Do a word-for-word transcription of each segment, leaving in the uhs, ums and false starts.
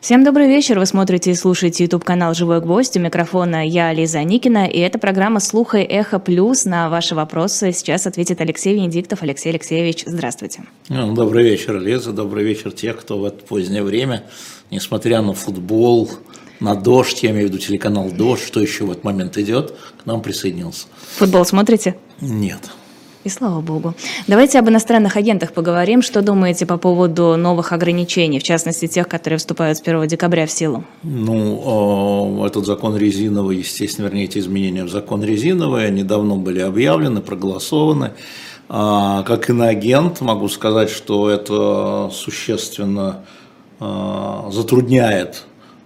Всем добрый вечер. Вы смотрите и слушаете YouTube-канал «Живой гвоздь». У микрофона я, Лиза Никина, и это программа «Слух и эхо плюс». На ваши вопросы сейчас ответит Алексей Венедиктов. Алексей Алексеевич, здравствуйте. Добрый вечер, Лиза. Добрый вечер тех, кто в это позднее время, несмотря на футбол, на дождь, я имею в виду телеканал «Дождь», что еще в этот момент идет, к нам присоединился. Футбол смотрите? Нет. И слава богу. Давайте об иностранных агентах поговорим. Что думаете по поводу новых ограничений, в частности, тех, которые вступают с первого декабря в силу? Ну, этот закон резиновый, естественно, вернее, эти изменения в закон резиновый, они давно были объявлены, проголосованы. Как иноагент могу сказать, что это существенно затрудняет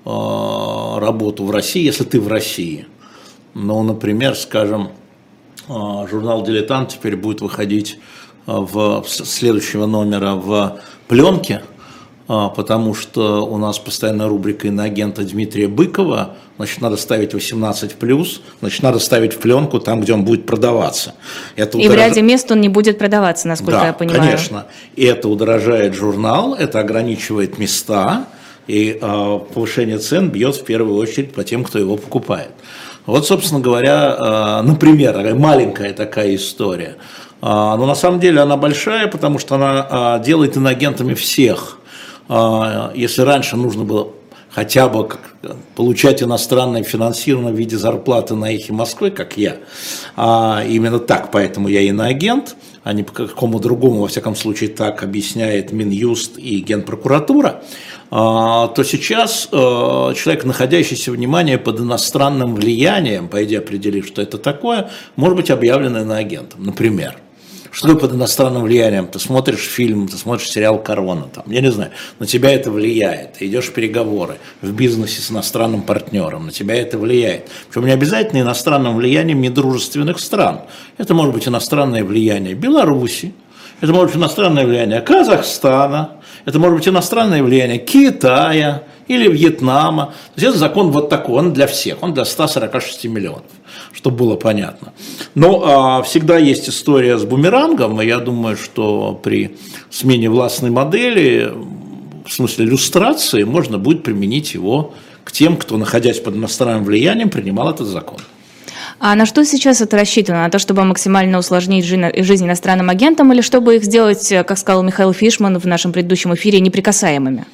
работу в России, если ты в России. Ну, например, скажем, журнал «Дилетант» теперь будет выходить в следующего номера в пленке, потому что у нас постоянная рубрика иноагента Дмитрия Быкова, значит, надо ставить восемнадцать плюс, значит, надо ставить в пленку там, где он будет продаваться. Это и удорож... в ряде мест он не будет продаваться, насколько да, я понимаю. Конечно. И это удорожает журнал, это ограничивает места, и э, повышение цен бьет в первую очередь по тем, кто его покупает. Вот, собственно говоря, например, маленькая такая история, но на самом деле она большая, потому что она делает иноагентами всех. Если раньше нужно было хотя бы получать иностранное финансирование в виде зарплаты на «Эхе Москвы», как я, именно так, поэтому я иноагент, а не по какому другому, во всяком случае, так объясняет Минюст и Генпрокуратура, то сейчас человек, находящийся, внимание, под иностранным влиянием, по идее определив, что это такое, может быть объявлен иноагентом, например. Что такое под иностранным влиянием? Ты смотришь фильм, ты смотришь сериал «Корона», там, я не знаю, на тебя это влияет, ты идешь в переговоры в бизнесе с иностранным партнером, на тебя это влияет. Причем не обязательно иностранным влиянием недружественных стран. Это может быть иностранное влияние Беларуси, это может быть иностранное влияние Казахстана, это может быть иностранное влияние Китая или Вьетнама. То есть это закон вот такой, он для всех, он для ста сорока шести миллионов, чтобы было понятно. Но а, всегда есть история с бумерангом, и я думаю, что при смене властной модели, в смысле люстрации, можно будет применить его к тем, кто, находясь под иностранным влиянием, принимал этот закон. А на что сейчас это рассчитано? На то, чтобы максимально усложнить жизнь иностранным агентам, или чтобы их сделать, как сказал Михаил Фишман в нашем предыдущем эфире, неприкасаемыми?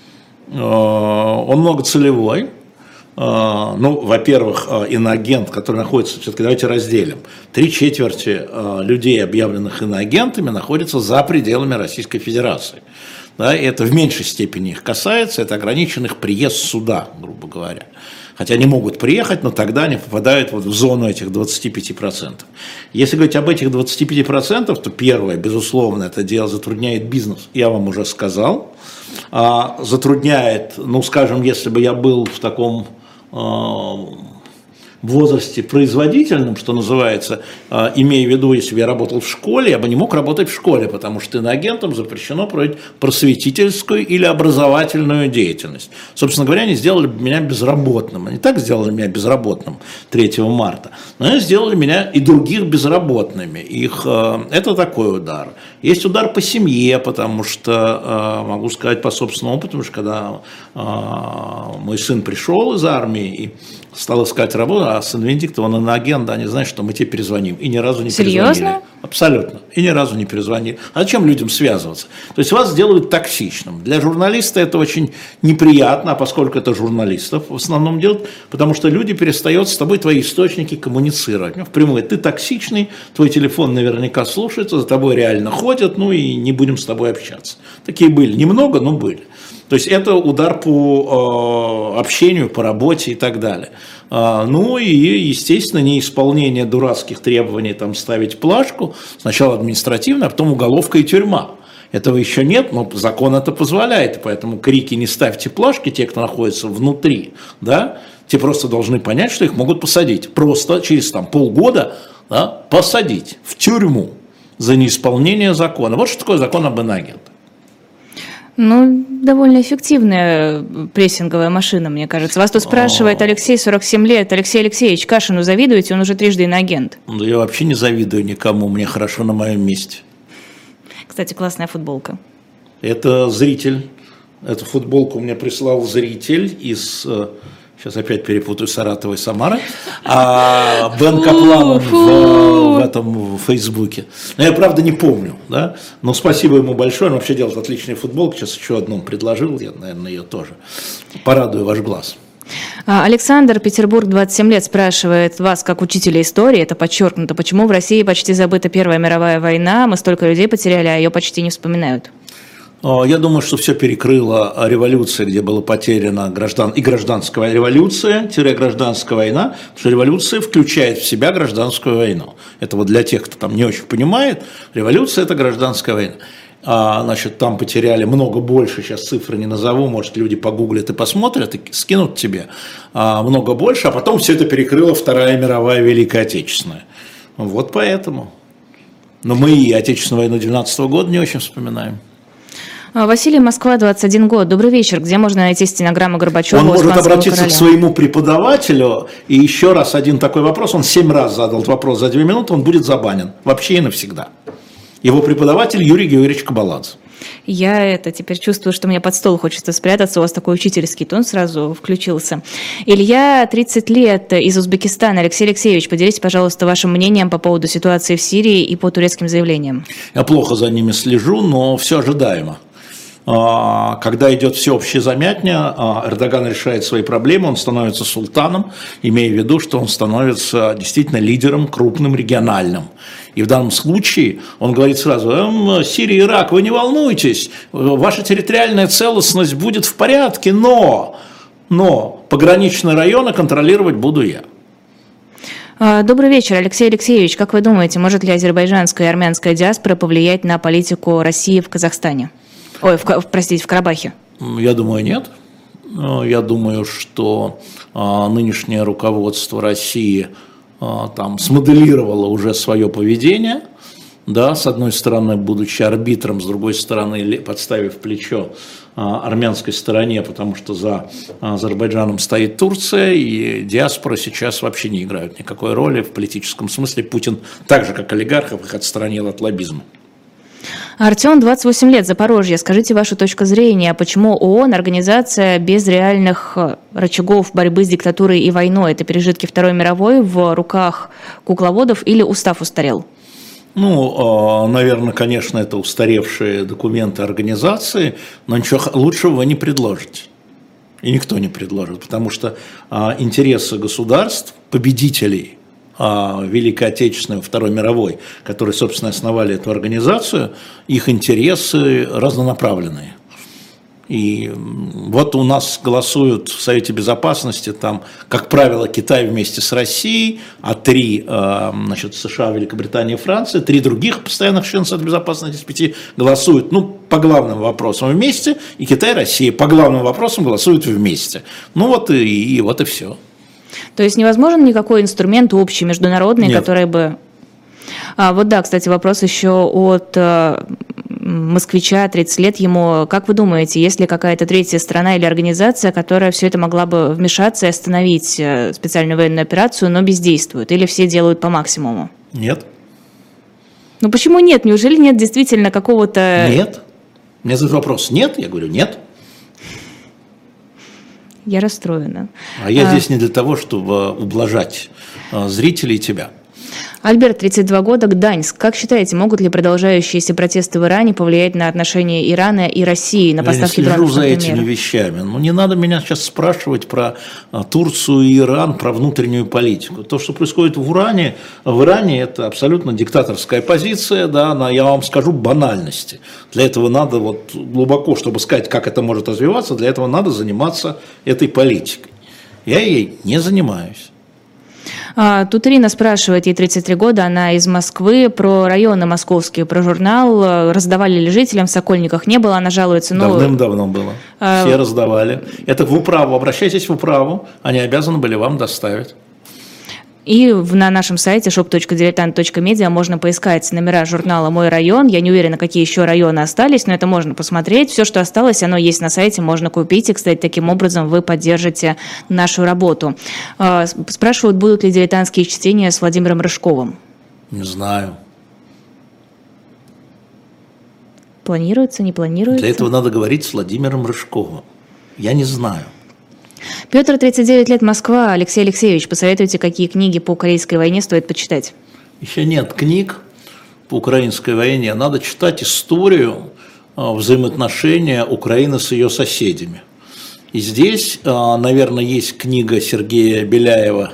Он многоцелевой. Ну, во-первых, иноагент, который находится, все-таки давайте разделим, три четверти людей, объявленных иноагентами, находятся за пределами Российской Федерации. Да, и это в меньшей степени их касается, это ограничен их приезд сюда, грубо говоря. Хотя они могут приехать, но тогда они попадают вот в зону этих двадцати пяти процентов. Если говорить об этих двадцати пяти процентах, то первое, безусловно, это дело затрудняет бизнес, я вам уже сказал. А, затрудняет, ну, скажем, если бы я был в таком а, возрасте производительном, что называется, а, имея в виду, если бы я работал в школе, я бы не мог работать в школе, потому что иноагентам запрещено проводить просветительскую или образовательную деятельность. Собственно говоря, они сделали меня безработным. Они так сделали меня безработным третьего марта, но они сделали меня и других безработными. Их, а, это такой удар. Есть удар по семье, потому что, а, могу сказать по собственному опыту, потому что когда а, мой сын пришел из армии и стал искать работу, а сын Венедиктов, он иноагент, да, они знают, что мы тебе перезвоним. И ни разу не Серьезно? перезвонили. Абсолютно. И ни разу не перезвонили. А зачем людям связываться? То есть вас делают токсичным. Для журналиста это очень неприятно, а поскольку это журналистов в основном делают, потому что люди перестают с тобой твои источники коммуницировать. Ну, впрямую, ты токсичный, твой телефон наверняка слушается, за тобой реально ходят, ну и не будем с тобой общаться. Такие были. Немного, но были. То есть это удар по э, общению, по работе и так далее. А, ну и, естественно, неисполнение дурацких требований там ставить плашку, сначала административно, а потом уголовка и тюрьма. Этого еще нет, но закон это позволяет, поэтому крики «не ставьте плашки», те, кто находится внутри, да, те просто должны понять, что их могут посадить. Просто через там, полгода, да, посадить в тюрьму за неисполнение закона. Вот что такое закон об иноагентах. Ну, довольно эффективная прессинговая машина, мне кажется. Вас тут спрашивает Алексей, сорок семь лет. Алексей Алексеевич, Кашину завидуете? Он уже трижды иноагент. Ну, я вообще не завидую никому, мне хорошо на моем месте. Кстати, классная футболка. Это зритель Эту футболку мне прислал зритель из, сейчас опять перепутаю, Саратова и Самары, а Бен Каплан в, в этом в Фейсбуке. Но я, правда, не помню, да? Но спасибо ему большое, он вообще делает отличные футболки, сейчас еще одну предложил, я, наверное, ее тоже. Порадую ваш глаз. Александр, Петербург, двадцать семь лет, спрашивает вас, как учителя истории, это подчеркнуто, почему в России почти забыта Первая мировая война, мы столько людей потеряли, а ее почти не вспоминают? Я думаю, что все перекрыла революция, где была потеряна граждан... и гражданская революция, гражданская война, потому что революция включает в себя гражданскую войну. Это вот для тех, кто там не очень понимает, революция – это гражданская война. А, значит, там потеряли много больше, сейчас цифры не назову, может, люди погуглят и посмотрят, и скинут тебе а, много больше, а потом все это перекрыла Вторая мировая Великая Отечественная. Вот поэтому. Но мы и Отечественную войну девятнадцатого года не очень вспоминаем. Василий, Москва, двадцать один год. Добрый вечер. Где можно найти стенограмму Горбачева? Он может обратиться короля? к своему преподавателю. И еще раз один такой вопрос. Он семь раз задал этот вопрос за две минуты, он будет забанен. Вообще и навсегда. Его преподаватель Юрий Георгиевич Кабаладзе. Я это теперь чувствую, что мне под стол хочется спрятаться. У вас такой учительский тон сразу включился. Илья, тридцать лет, из Узбекистана. Алексей Алексеевич, поделитесь, пожалуйста, вашим мнением по поводу ситуации в Сирии и по турецким заявлениям. Я плохо за ними слежу, но все ожидаемо. Когда идет всеобщая замятня, Эрдоган решает свои проблемы, он становится султаном, имея в виду, что он становится действительно лидером крупным региональным. И в данном случае он говорит сразу: эм, Сирия, Ирак, вы не волнуйтесь, ваша территориальная целостность будет в порядке, но, но пограничные районы контролировать буду я. Добрый вечер, Алексей Алексеевич. Как вы думаете, может ли азербайджанская и армянская диаспора повлиять на политику России в Казахстане? Ой, в, простите, в Карабахе. Я думаю, нет. Я думаю, что а, нынешнее руководство России а, там смоделировало уже свое поведение. Да, с одной стороны, будучи арбитром, с другой стороны, подставив плечо а, армянской стороне, потому что за Азербайджаном стоит Турция, и диаспора сейчас вообще не играют никакой роли в политическом смысле. Путин, так же как олигархов, их отстранил от лоббизма. Артем, двадцать восемь лет, Запорожье. Скажите вашу точку зрения, почему ООН – организация без реальных рычагов борьбы с диктатурой и войной? Это пережитки Второй мировой в руках кукловодов или устав устарел? Ну, наверное, конечно, это устаревшие документы организации, но ничего лучшего вы не предложите. И никто не предложит, потому что интересы государств, победителей Великой Отечественной, Второй мировой, которые, собственно, основали эту организацию, их интересы разнонаправленные. И вот у нас голосуют в Совете Безопасности, там, как правило, Китай вместе с Россией, а три, значит, США, Великобритания и Франция, три других постоянных члена Совета Безопасности из пяти голосуют, ну, по главным вопросам вместе, и Китай и Россия по главным вопросам голосуют вместе. Ну вот и, и вот и все. То есть невозможен никакой инструмент общий, международный, Нет. который бы... А, вот да, кстати, вопрос еще от э, москвича, тридцать лет ему. Как вы думаете, есть ли какая-то третья страна или организация, которая все это могла бы вмешаться и остановить э, специальную военную операцию, но бездействует? Или все делают по максимуму? Нет. Ну почему нет? Неужели нет действительно какого-то... Нет. Мне задают вопрос: нет? Я говорю: нет. Я расстроена. А я а... здесь не для того, чтобы ублажать зрителей и тебя. Альберт, тридцать два года, Гданьск. Как считаете, могут ли продолжающиеся протесты в Иране повлиять на отношения Ирана и России, на поставки дронов, например? Я не слежу за этими вещами. Ну, не надо меня сейчас спрашивать про Турцию и Иран, про внутреннюю политику. То, что происходит в Иране, в Иране, это абсолютно диктаторская позиция, да, но я вам скажу банальности. Для этого надо вот глубоко, чтобы сказать, как это может развиваться, для этого надо заниматься этой политикой. Я ей не занимаюсь. А, тут Ирина спрашивает, ей тридцать три года, она из Москвы, про районы московские, про журнал, раздавали ли жителям, в Сокольниках не было, она жалуется. Ну, давным-давно было, а... все раздавали. Это в управу, обращайтесь в управу, они обязаны были вам доставить. И на нашем сайте шоп точка дилетант точка медиа можно поискать номера журнала «Мой район». Я не уверена, какие еще районы остались, но это можно посмотреть. Все, что осталось, оно есть на сайте, можно купить. И, кстати, таким образом вы поддержите нашу работу. Спрашивают, будут ли дилетантские чтения с Владимиром Рыжковым. Не знаю. планируется, не планируется? Для этого надо говорить с Владимиром Рыжковым. Я не знаю. Петр, тридцать девять лет, Москва. Алексей Алексеевич, посоветуйте, какие книги по Корейской войне стоит почитать? Еще нет книг по Украинской войне. Надо читать историю взаимоотношения Украины с ее соседями. И здесь, наверное, есть книга Сергея Беляева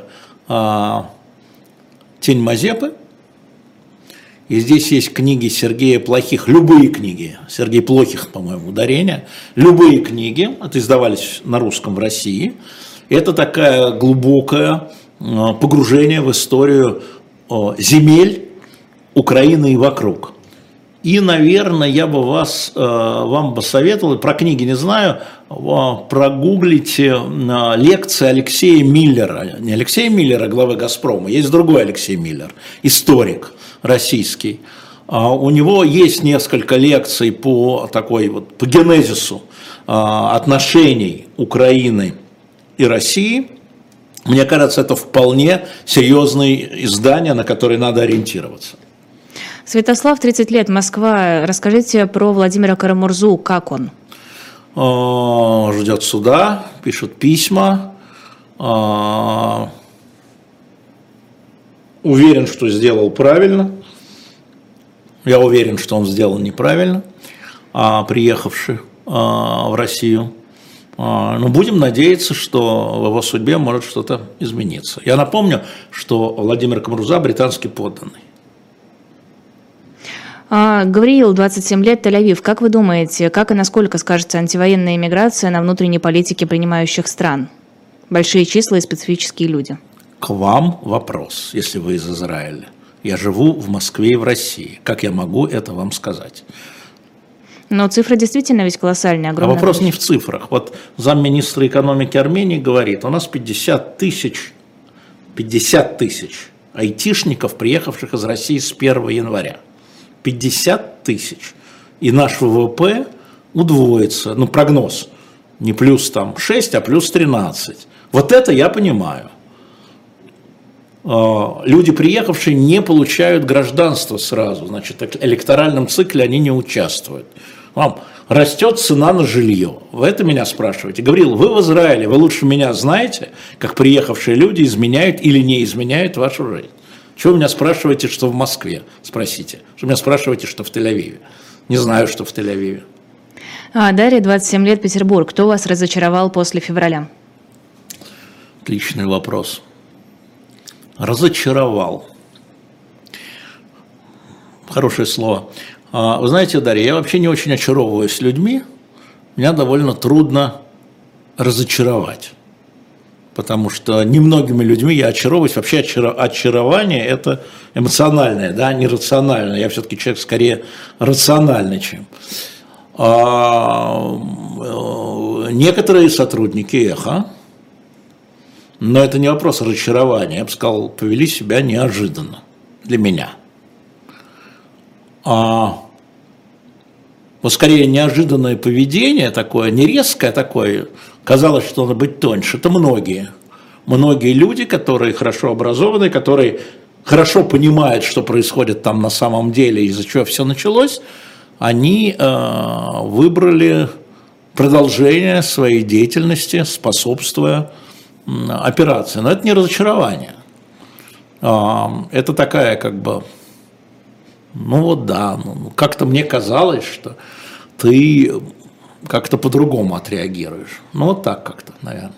«Тень Мазепы». И здесь есть книги Сергея Плохих, любые книги, Сергей Плохих, по-моему, ударение, любые книги, это издавались на русском в России. Это такое глубокое погружение в историю земель Украины и вокруг. И, наверное, я бы вас, вам бы советовал, про книги не знаю, прогуглите лекции Алексея Миллера, не Алексея Миллера, главы «Газпрома», есть другой Алексей Миллер, историк российский. У него есть несколько лекций по такой вот, по генезису отношений Украины и России. Мне кажется, это вполне серьезное издание, на которое надо ориентироваться. Святослав, тридцать лет, Москва. Расскажите про Владимира Карамурзу, как он? Ждет суда, пишет письма. Уверен, что сделал правильно. Я уверен, что он сделал неправильно, приехавший в Россию. Но будем надеяться, что в его судьбе может что-то измениться. Я напомню, что Владимир Карамурза британский подданный. Гавриил, двадцать семь лет, Тель-Авив. Как вы думаете, как и насколько скажется антивоенная миграция на внутренней политике принимающих стран? Большие числа и специфические люди. К вам вопрос, если вы из Израиля. Я живу в Москве и в России. Как я могу это вам сказать? Но цифра действительно ведь колоссальная, огромная. А вопрос не в цифрах. Вот замминистра экономики Армении говорит, у нас пятьдесят тысяч, пятьдесят тысяч айтишников, приехавших из России с первого января. пятьдесят тысяч. И наш ВВП удвоится. Ну, прогноз. Не плюс там шесть, а плюс тринадцать. Вот это я понимаю. Люди, приехавшие, не получают гражданство сразу. Значит, в электоральном цикле они не участвуют. Вам растет цена на жилье. Вы это меня спрашиваете. Гавриил, вы в Израиле, вы лучше меня знаете, как приехавшие люди изменяют или не изменяют вашу жизнь. Чего вы меня спрашиваете, что в Москве? Спросите. Что вы меня спрашиваете, что в Тель-Авиве? Не знаю, что в Тель-Авиве. А, Дарья, двадцать семь лет, Петербург. Кто вас разочаровал после февраля? Отличный вопрос. Разочаровал. Хорошее слово. Вы знаете, Дарья, я вообще не очень очаровываюсь людьми. Меня довольно трудно разочаровать. Потому что немногими людьми я очаровываюсь. Вообще очарование – это эмоциональное, да, не рациональное. Я все-таки человек скорее рациональный, чем. А, некоторые сотрудники «Эхо», но это не вопрос разочарования, я бы сказал, повели себя неожиданно для меня. А, вот скорее неожиданное поведение такое, не резкое такое, казалось, что надо быть тоньше, это многие. Многие люди, которые хорошо образованы, которые хорошо понимают, что происходит там на самом деле, из-за чего все началось, они э, выбрали продолжение своей деятельности, способствуя э, операции. Но это не разочарование. Э, это такая как бы, ну вот да, ну, как-то мне казалось, что ты как-то по-другому отреагируешь. Ну вот так как-то, наверное.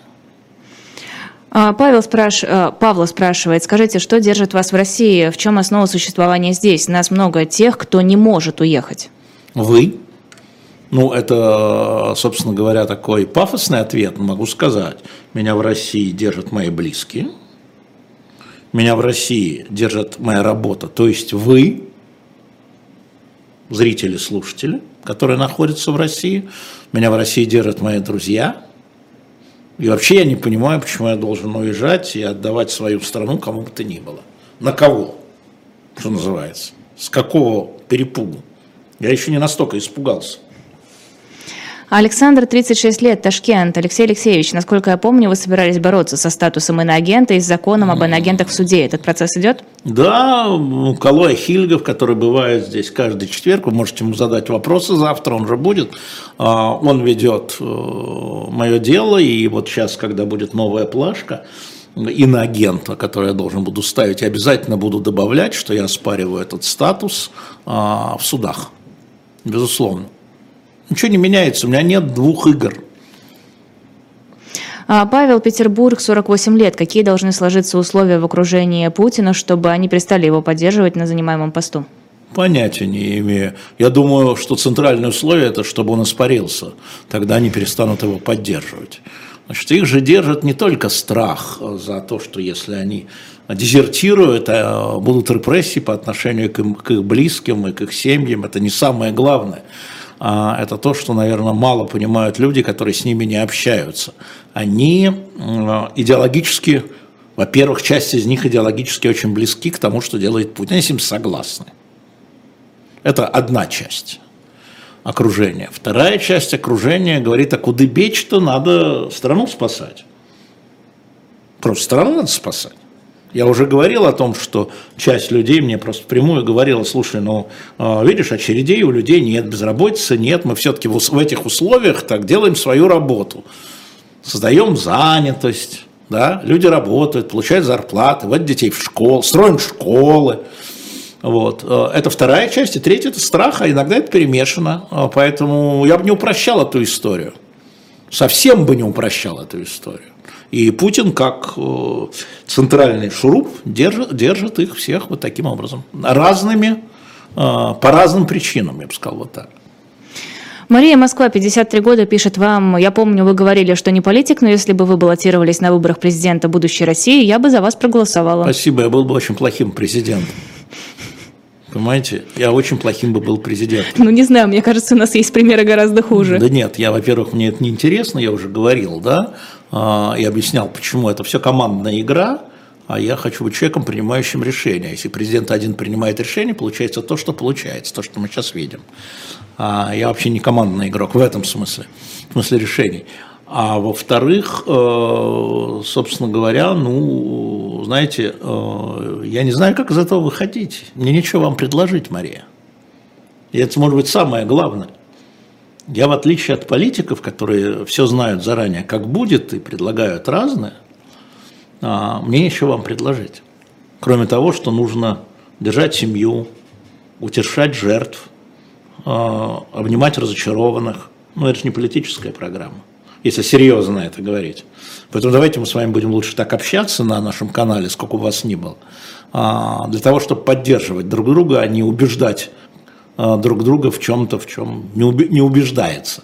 Павел спраш... Павла спрашивает, скажите, что держит вас в России, в чем основа существования здесь? Нас много тех, кто не может уехать. Вы? Ну, это, собственно говоря, такой пафосный ответ, могу сказать. Меня в России держат мои близкие, меня в России держит моя работа, то есть вы, зрители, слушатели, которые находятся в России, меня в России держат мои друзья. И вообще я не понимаю, почему я должен уезжать и отдавать свою страну кому бы то ни было. На кого? Что называется? С какого перепугу? Я еще не настолько испугался. Александр, тридцать шесть лет, Ташкент. Алексей Алексеевич, насколько я помню, вы собирались бороться со статусом иноагента и с законом об иноагентах в суде. Этот процесс идет? Да, Калой Хильгов, который бывает здесь каждый четверг, вы можете ему задать вопросы завтра, он же будет. Он ведет мое дело, и вот сейчас, когда будет новая плашка иноагента, который я должен буду ставить, я обязательно буду добавлять, что я оспариваю этот статус в судах. Безусловно. Ничего не меняется, у меня нет двух игр. Павел, Петербург, сорок восемь лет. Какие должны сложиться условия в окружении Путина, чтобы они перестали его поддерживать на занимаемом посту? Понятия не имею. Я думаю, что центральное условие – это чтобы он испарился. Тогда они перестанут его поддерживать. Значит, их же держит не только страх за то, что если они дезертируют, будут репрессии по отношению к, им, к их близким и к их семьям. Это не самое главное. Это то, что, наверное, мало понимают люди, которые с ними не общаются. Они идеологически, во-первых, часть из них идеологически очень близки к тому, что делает Путин. Они с ним согласны. Это одна часть окружения. Вторая часть окружения говорит, а куда бечь-то, надо страну спасать. Просто страну надо спасать. Я уже говорил о том, что часть людей мне просто впрямую говорила, слушай, ну, видишь, очередей у людей нет, безработицы нет, мы все-таки в этих условиях так делаем свою работу. Создаем занятость, да, люди работают, получают зарплаты, водят детей в школу, строим школы. Вот. Это вторая часть, и третья – это страх, а иногда это перемешано, поэтому я бы не упрощал эту историю, совсем бы не упрощал эту историю. И Путин, как центральный шуруп, держит, держит их всех вот таким образом. Разными, по разным причинам, я бы сказал, вот так. Мария, Москва, пятьдесят три года, пишет вам: я помню, вы говорили, что не политик, но если бы вы баллотировались на выборах президента будущей России, я бы за вас проголосовала. Спасибо, я был бы очень плохим президентом. Понимаете, я очень плохим бы был президентом. Ну, не знаю, мне кажется, у нас есть примеры гораздо хуже. Да нет, я, во-первых, мне это не интересно, я уже говорил, да, и объяснял, почему это все командная игра, а я хочу быть человеком, принимающим решения. Если президент один принимает решение, получается то, что получается, то, что мы сейчас видим. Я вообще не командный игрок в этом смысле, в смысле решений. А во-вторых, собственно говоря, ну, знаете, я не знаю, как из этого выходить. Мне нечего вам предложить, Мария. И это может быть самое главное. Я, в отличие от политиков, которые все знают заранее, как будет, и предлагают разное, мне нечего вам предложить. Кроме того, что нужно держать семью, утешать жертв, обнимать разочарованных. Ну, это же не политическая программа, если серьезно это говорить. Поэтому давайте мы с вами будем лучше так общаться на нашем канале, сколько у вас ни было, для того, чтобы поддерживать друг друга, а не убеждать друг друга в чем-то, в чем не убеждается.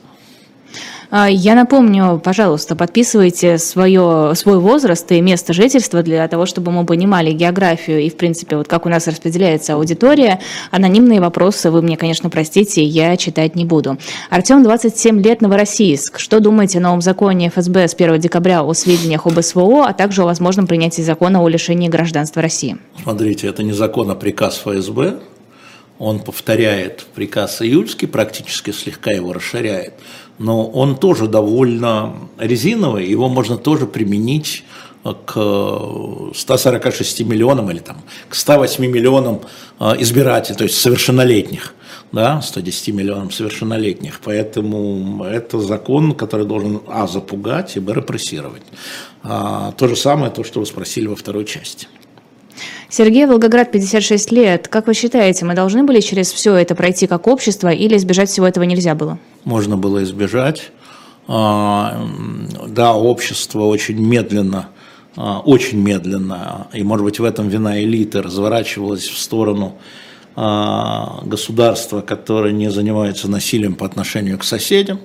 Я напомню, пожалуйста, подписывайте свое, свой возраст и место жительства для того, чтобы мы понимали географию и, в принципе, вот как у нас распределяется аудитория. Анонимные вопросы вы мне, конечно, простите, я читать не буду. Артем, двадцать семь лет, Новороссийск. Что думаете о новом законе эф эс бэ с первого декабря о сведениях об эс вэ о, а также о возможном принятии закона о лишении гражданства России? Смотрите, это не закон, а приказ эф эс бэ. Он повторяет приказ июльский, практически слегка его расширяет, но он тоже довольно резиновый, его можно тоже применить к ста сорока шести миллионам или там, к ста восьми миллионам избирателей, то есть совершеннолетних, да, ста десяти миллионам совершеннолетних. Поэтому это закон, который должен, а, запугать, и, б, репрессировать. А, то же самое, то, что вы спросили во второй части. Сергей, Волгоград, пятьдесят шесть лет. Как вы считаете, мы должны были через все это пройти как общество или избежать всего этого нельзя было? Можно было избежать. Да, общество очень медленно, очень медленно, и, может быть, в этом вина элиты, разворачивалось в сторону государства, которое не занимается насилием по отношению к соседям.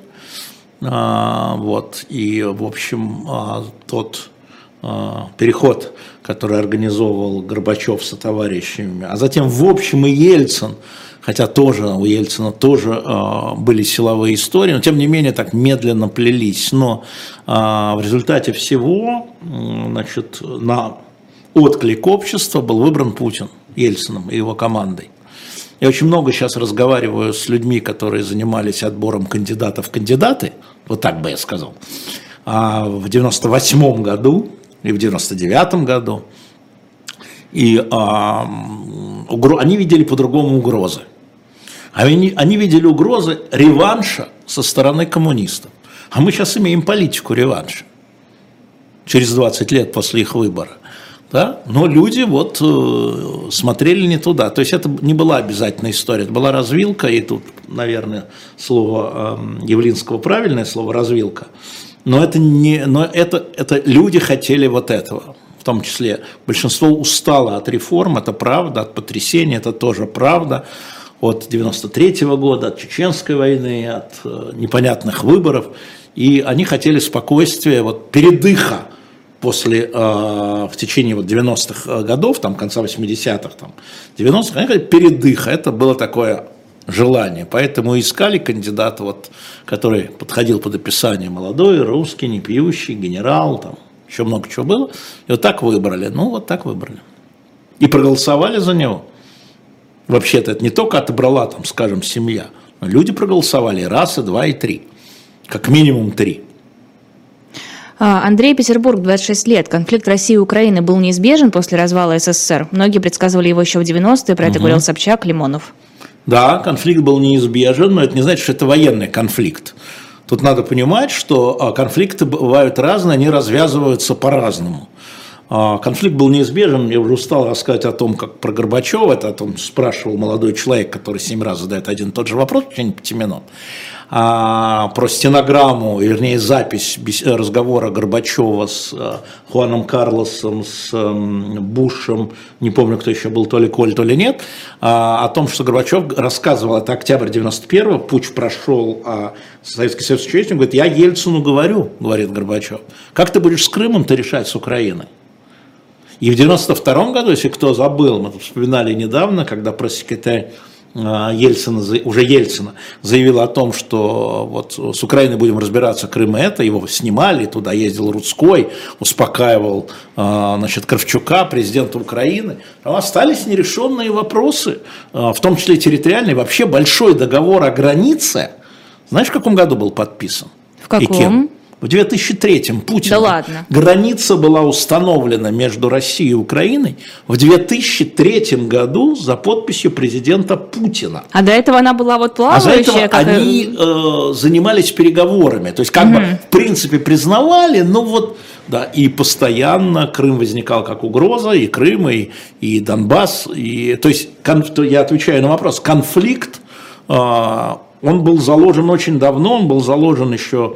Вот. И, в общем, тот переход, который организовывал Горбачев со товарищами, а затем, в общем, и Ельцин, хотя тоже у Ельцина тоже э, были силовые истории, но тем не менее так медленно плелись. Но э, в результате всего, э, значит, на отклик общества был выбран Путин Ельциным и его командой. Я очень много сейчас разговариваю с людьми, которые занимались отбором кандидатов в кандидаты, вот так бы я сказал, а в девяносто восьмом году и в девяносто девятом году, и а, угро... они видели по-другому угрозы. Они, они видели угрозы реванша со стороны коммунистов. А мы сейчас имеем политику реванша через двадцать лет после их выбора. Да? Но люди вот э, смотрели не туда. То есть это не была обязательная история, это была развилка, и тут, наверное, слово э, Явлинского правильное слово развилка. Но это не, но это, это люди хотели вот этого. В том числе большинство устало от реформ, это правда, от потрясений, это тоже правда. От девяносто третьего года, от Чеченской войны, от э, непонятных выборов. И они хотели спокойствия, вот передыха. После, э, в течение вот девяностых годов, там, конца восьмидесятых, там, девяностых, они хотели передыха, это было такое желание, поэтому искали кандидата, вот, который подходил под описание: молодой, русский, не пьющий, генерал, там, еще много чего было, и вот так выбрали, ну вот так выбрали, и проголосовали за него. Вообще-то это не только отобрала, там, скажем, семья, но люди проголосовали и раз, и два, и три, как минимум три. Андрей, Петербург, двадцать шесть лет. Конфликт России и Украины был неизбежен после развала СССР. Многие предсказывали его еще в девяностые, про это угу. говорил Собчак, Лимонов. Да, конфликт был неизбежен, но это не значит, что это военный конфликт. Тут надо понимать, что конфликты бывают разные, они развязываются по-разному. Конфликт был неизбежен, я уже устал рассказывать о том, как про Горбачева, это о том спрашивал молодой человек, который семь раз задает один и тот же вопрос в течение пяти минут. А, про стенограмму, вернее запись разговора Горбачева с Хуаном Карлосом, с Бушем, не помню, кто еще был, то ли Коль, то ли нет, а, о том, что Горбачев рассказывал, это октябрь девяносто первого, путч прошел, а Советский Союз участником, говорит: я Ельцину говорю, говорит Горбачев, как ты будешь с Крымом-то решать, с Украиной? И в девяносто втором году, если кто забыл, мы тут вспоминали недавно, когда пресс-секретарь Ельцина, уже Ельцина заявила о том, что вот с Украиной будем разбираться, Крым это, его снимали, туда ездил Рудской, успокаивал, значит, Кравчука, президента Украины. Там остались нерешенные вопросы, в том числе территориальные. Вообще большой договор о границе, знаешь, в каком году был подписан? В каком? В две тысячи третьем Путин. Да ладно. Граница была установлена между Россией и Украиной в две тысячи третьем году за подписью президента Путина. А до этого она была вот плавающая? А до этого как... они э, занимались переговорами. То есть как угу. бы в принципе признавали, но вот да, и постоянно Крым возникал как угроза, и Крым, и, и Донбасс. И, то есть конф, я отвечаю на вопрос, конфликт, э, он был заложен очень давно, он был заложен еще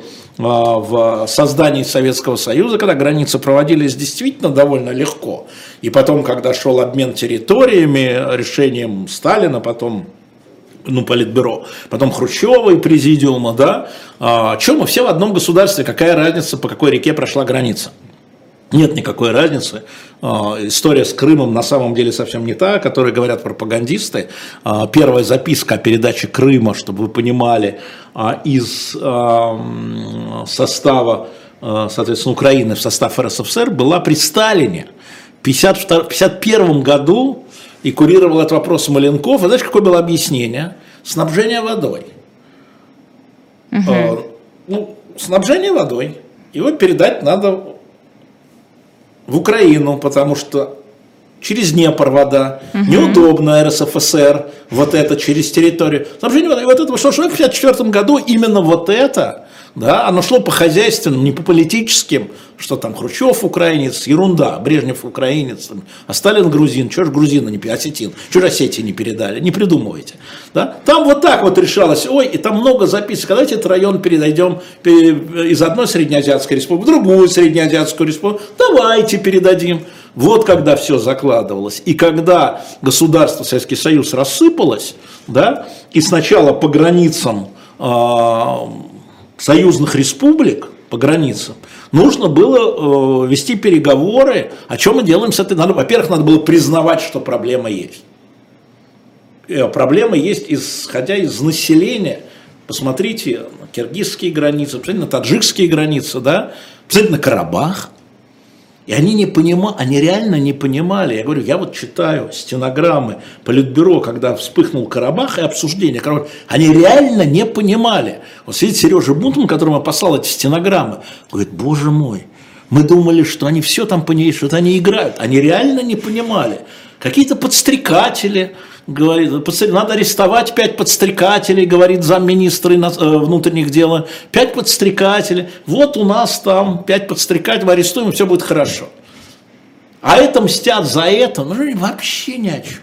в создании Советского Союза, когда границы проводились действительно довольно легко. И потом, когда шел обмен территориями, решением Сталина, потом ну, Политбюро, потом Хрущева и Президиума, да, а, что мы все в одном государстве, какая разница, по какой реке прошла граница? Нет никакой разницы. История с Крымом на самом деле совсем не та, о которой говорят пропагандисты. Первая записка о передаче Крыма, чтобы вы понимали, из состава, соответственно, Украины в состав эр эс эф эс эр была при Сталине в пятьдесят первом году, и курировал этот вопрос Маленков. И знаешь, какое было объяснение? Снабжение водой. Угу. Ну, снабжение водой. Его передать надо в Украину, потому что через Днепр вода, угу. неудобно эр эс эф эс эр, вот это через территорию. Снабжение водой, вот это, что шло в пятьдесят четвёртом году, именно вот это, да, оно шло по хозяйственным, не по политическим, что там Хрущев украинец, ерунда, Брежнев украинец, а Сталин грузин, что ж грузина не передали, осетин, что же Осетии не передали, не придумывайте. Да? Там вот так вот решалось, ой, и там много записок, давайте этот район передадим из одной Среднеазиатской республики в другую Среднеазиатскую республику, давайте передадим. Вот когда все закладывалось. И когда государство, Советский Союз рассыпалось, да, и сначала по границам э, союзных республик, по границам, нужно было э, вести переговоры, о чем мы делаем с этой... Надо, во-первых, надо было признавать, что проблема есть. И проблема есть, исходя из населения. Посмотрите на киргизские границы, посмотрите на таджикские границы, да? Посмотрите на Карабах. И они не понимали, они реально не понимали. Я говорю, я вот читаю стенограммы Политбюро, когда вспыхнул Карабах и обсуждение Карабаха. Они реально не понимали. Вот сидит Сережа Бунтман, которому я послал эти стенограммы, говорит, боже мой, мы думали, что они все там понимают, что они играют. Они реально не понимали. Какие-то подстрекатели, говорит, надо арестовать пять подстрекателей, говорит замминистра внутренних дел, пять подстрекателей, вот у нас там пять подстрекателей, арестуем, и все будет хорошо. А это мстят за это, ну вообще ни о чем.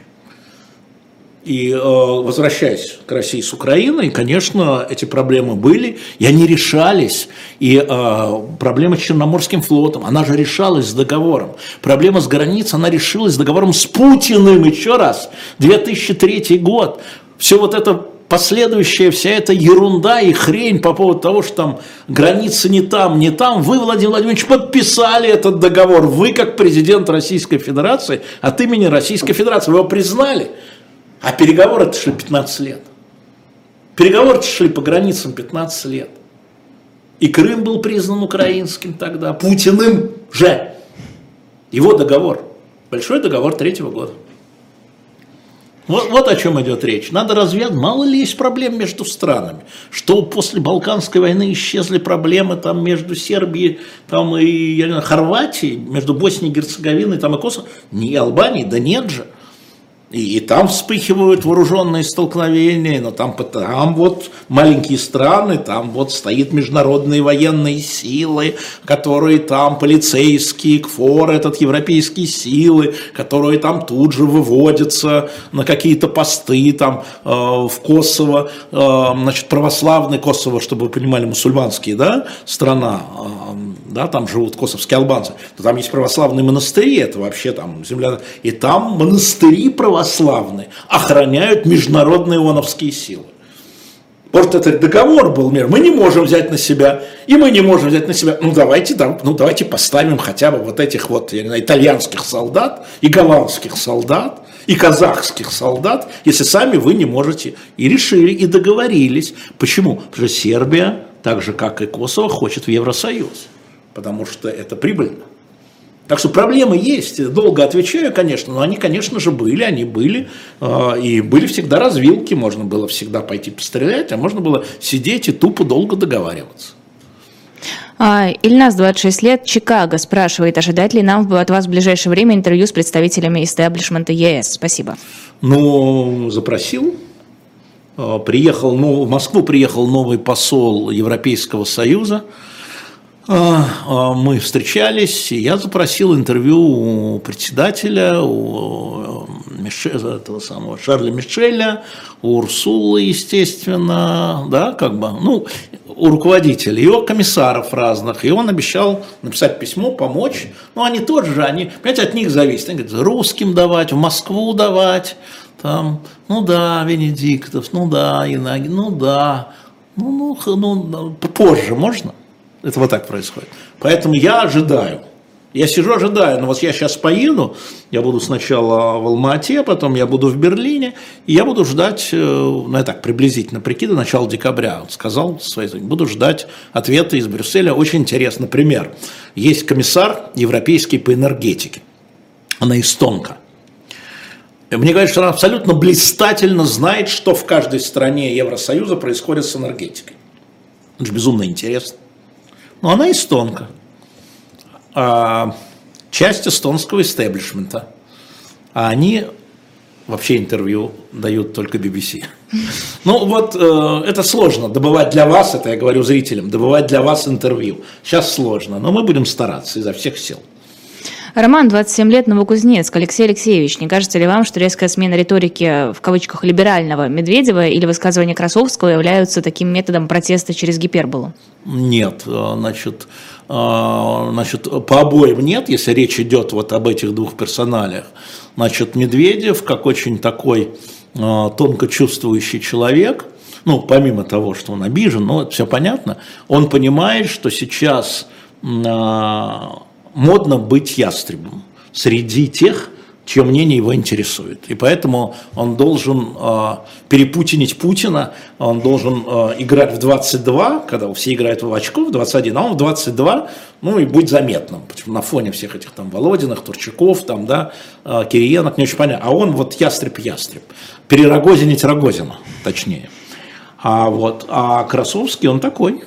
И возвращаясь к России с Украиной, конечно, эти проблемы были, и они решались. И э, проблема с Черноморским флотом, она же решалась с договором. Проблема с границей, она решилась с договором с Путиным, еще раз, две тысячи третий год. Все вот это последующая, вся эта ерунда и хрень по поводу того, что там границы не там, не там. Вы, Владимир Владимирович, подписали этот договор. Вы, как президент Российской Федерации, от имени Российской Федерации, вы его признали. А переговоры-то шли пятнадцать лет. Переговоры шли по границам пятнадцать лет. И Крым был признан украинским тогда, Путиным же. Его договор. Большой договор третьего года. Вот, вот о чем идет речь. Надо развязать. Мало ли есть проблем между странами. Что после Балканской войны исчезли проблемы там, между Сербией там, и я не знаю, Хорватией, между Боснией и Герцеговиной там, и Косово. Не Албанией, да нет же. И, и там вспыхивают вооруженные столкновения, но там, там вот маленькие страны, там вот стоит международные военные силы, которые там полицейские, КФОР, этот европейские силы, которые там тут же выводятся на какие-то посты там э, в Косово, э, значит, православный Косово, чтобы вы понимали, мусульманские, да, страна, э, да, там живут косовские албанцы, то там есть православные монастыри, это вообще там земля, и там монастыри православные охраняют международные ООНовские силы. Может, этот договор был, мы не можем взять на себя, и мы не можем взять на себя, ну давайте, да, ну давайте поставим хотя бы вот этих вот, я не знаю, итальянских солдат, и голландских солдат, и казахских солдат, если сами вы не можете. И решили, и договорились. Почему? Потому что Сербия, так же как и Косово, хочет в Евросоюз. Потому что это прибыльно. Так что проблемы есть, долго отвечаю, конечно, но они, конечно же, были, они были, и были всегда развилки, можно было всегда пойти пострелять, а можно было сидеть и тупо долго договариваться. А, Ильнас, двадцать шесть лет, Чикаго, спрашивает, ожидать ли нам от вас в ближайшее время интервью с представителями истеблишмента ЕС? Спасибо. Ну, запросил. Приехал, ну, в Москву приехал новый посол Европейского Союза. Мы встречались, и я запросил интервью у председателя, у Мишеля, этого самого Шарля Мишеля, у Урсулы, естественно, да, как бы, ну, у руководителей, его комиссаров разных, и он обещал написать письмо, помочь, но они тоже же, они, понимаете, от них зависит, они говорят, русским давать, в Москву давать, там, ну да, Венедиктов, ну да, Янагин, ну да, ну, ну, ну позже можно? Это вот так происходит. Поэтому я ожидаю. Я сижу, ожидаю. Но вот я сейчас поеду, я буду сначала в Алма-Ате, потом я буду в Берлине, и я буду ждать, ну я так приблизительно прикидываю, начало декабря. Он сказал, буду ждать ответа из Брюсселя. Очень интересно. Например, есть комиссар европейский по энергетике. Она эстонка. Мне говорят, что она абсолютно блистательно знает, что в каждой стране Евросоюза происходит с энергетикой. Это же безумно интересно. Но она эстонка. А часть эстонского истеблишмента. А они вообще интервью дают только би би си. Ну вот э, это сложно добывать для вас, это я говорю зрителям, добывать для вас интервью. Сейчас сложно, но мы будем стараться изо всех сил. Роман, двадцать семь лет, Новокузнецк. Алексей Алексеевич, не кажется ли вам, что резкая смена риторики, в кавычках, либерального Медведева или высказывания Красовского являются таким методом протеста через гиперболу? Нет, значит, значит, по обоим нет, если речь идет вот об этих двух персоналиях. Значит, Медведев, как очень такой тонко чувствующий человек, ну, помимо того, что он обижен, ну, это все понятно, он понимает, что сейчас модно быть ястребом среди тех, чье мнение его интересует. И поэтому он должен э, перепутинить Путина, он должен э, играть в двадцать два, когда все играют в очко, в двадцать один, а он в двадцать два, ну и быть заметным, на фоне всех этих там Володиных, Турчаков, там, да, э, Кириенок, не очень понятно. А он вот ястреб-ястреб, перерогозинить Рогозина, точнее. А вот, а Красовский, он такой.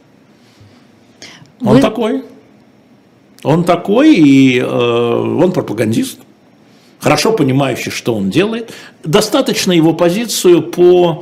Он Вы... такой. Он такой, и э, он пропагандист. Хорошо понимающий, что он делает, достаточно его позицию по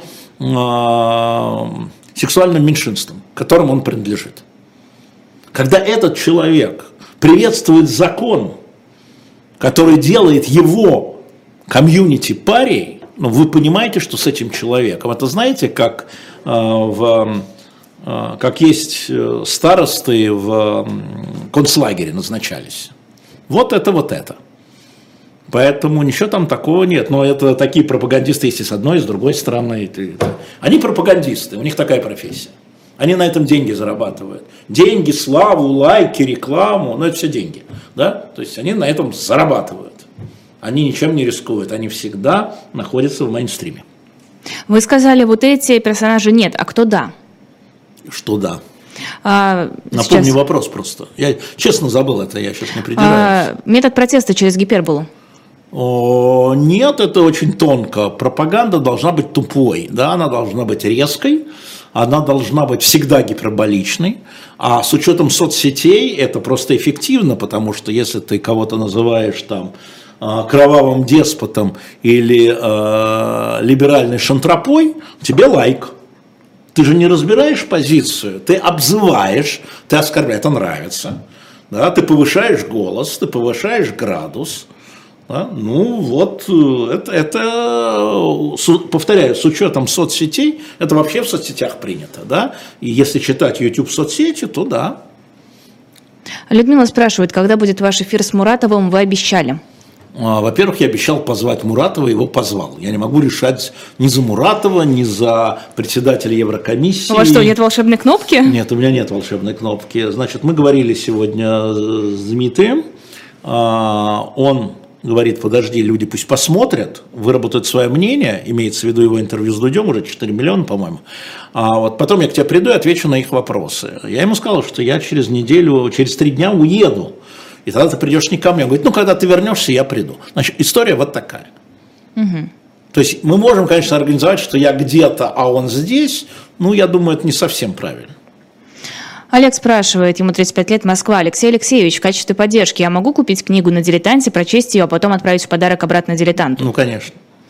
э, сексуальным меньшинствам, к которым он принадлежит. Когда этот человек приветствует закон, который делает его комьюнити парией, ну, вы понимаете, что с этим человеком, это знаете, как, э, в, э, как есть старосты в концлагере назначались. Вот это, вот это. Поэтому ничего там такого нет. Но это такие пропагандисты есть и с одной, и с другой стороны. Они пропагандисты, у них такая профессия. Они на этом деньги зарабатывают. Деньги, славу, лайки, рекламу, ну это все деньги. Да? То есть они на этом зарабатывают. Они ничем не рискуют, они всегда находятся в мейнстриме. Вы сказали, вот эти персонажи нет, а кто да? Что да? А, Напомни сейчас... вопрос просто. Я честно забыл это, я сейчас не придираюсь. А, метод протеста через гиперболу. О, нет, это очень тонко. Пропаганда должна быть тупой, да, она должна быть резкой, она должна быть всегда гиперболичной, а с учетом соцсетей это просто эффективно, потому что если ты кого-то называешь там кровавым деспотом или э, либеральной шантропой, тебе лайк. Ты же не разбираешь позицию, ты обзываешь, ты оскорбляешь, это нравится, да, ты повышаешь голос, ты повышаешь градус. Да? Ну вот, это, это, повторяю, с учетом соцсетей, это вообще в соцсетях принято, да, и если читать YouTube соцсети, то да. Людмила спрашивает, когда будет ваш эфир с Муратовым, вы обещали? Во-первых, я обещал позвать Муратова, его позвал. Я не могу решать ни за Муратова, ни за председателя Еврокомиссии. У вас что, нет волшебной кнопки? Нет, у меня нет волшебной кнопки. Значит, мы говорили сегодня с Дмитрием, он говорит, подожди, люди пусть посмотрят, выработают свое мнение, имеется в виду его интервью с Дудем, уже четыре миллиона, по-моему, а вот потом я к тебе приду и отвечу на их вопросы. Я ему сказал, что я через неделю, через три дня уеду, и тогда ты придешь не ко мне. Он говорит, ну, когда ты вернешься, я приду. Значит, история вот такая. Угу. То есть мы можем, конечно, организовать, что я где-то, а он здесь, ну, я думаю, это не совсем правильно. Олег спрашивает, ему тридцать пять лет, Москва. Алексей Алексеевич, в качестве поддержки я могу купить книгу на «Дилетанте», прочесть ее, а потом отправить в подарок обратно «Дилетанту»? Ну, конечно.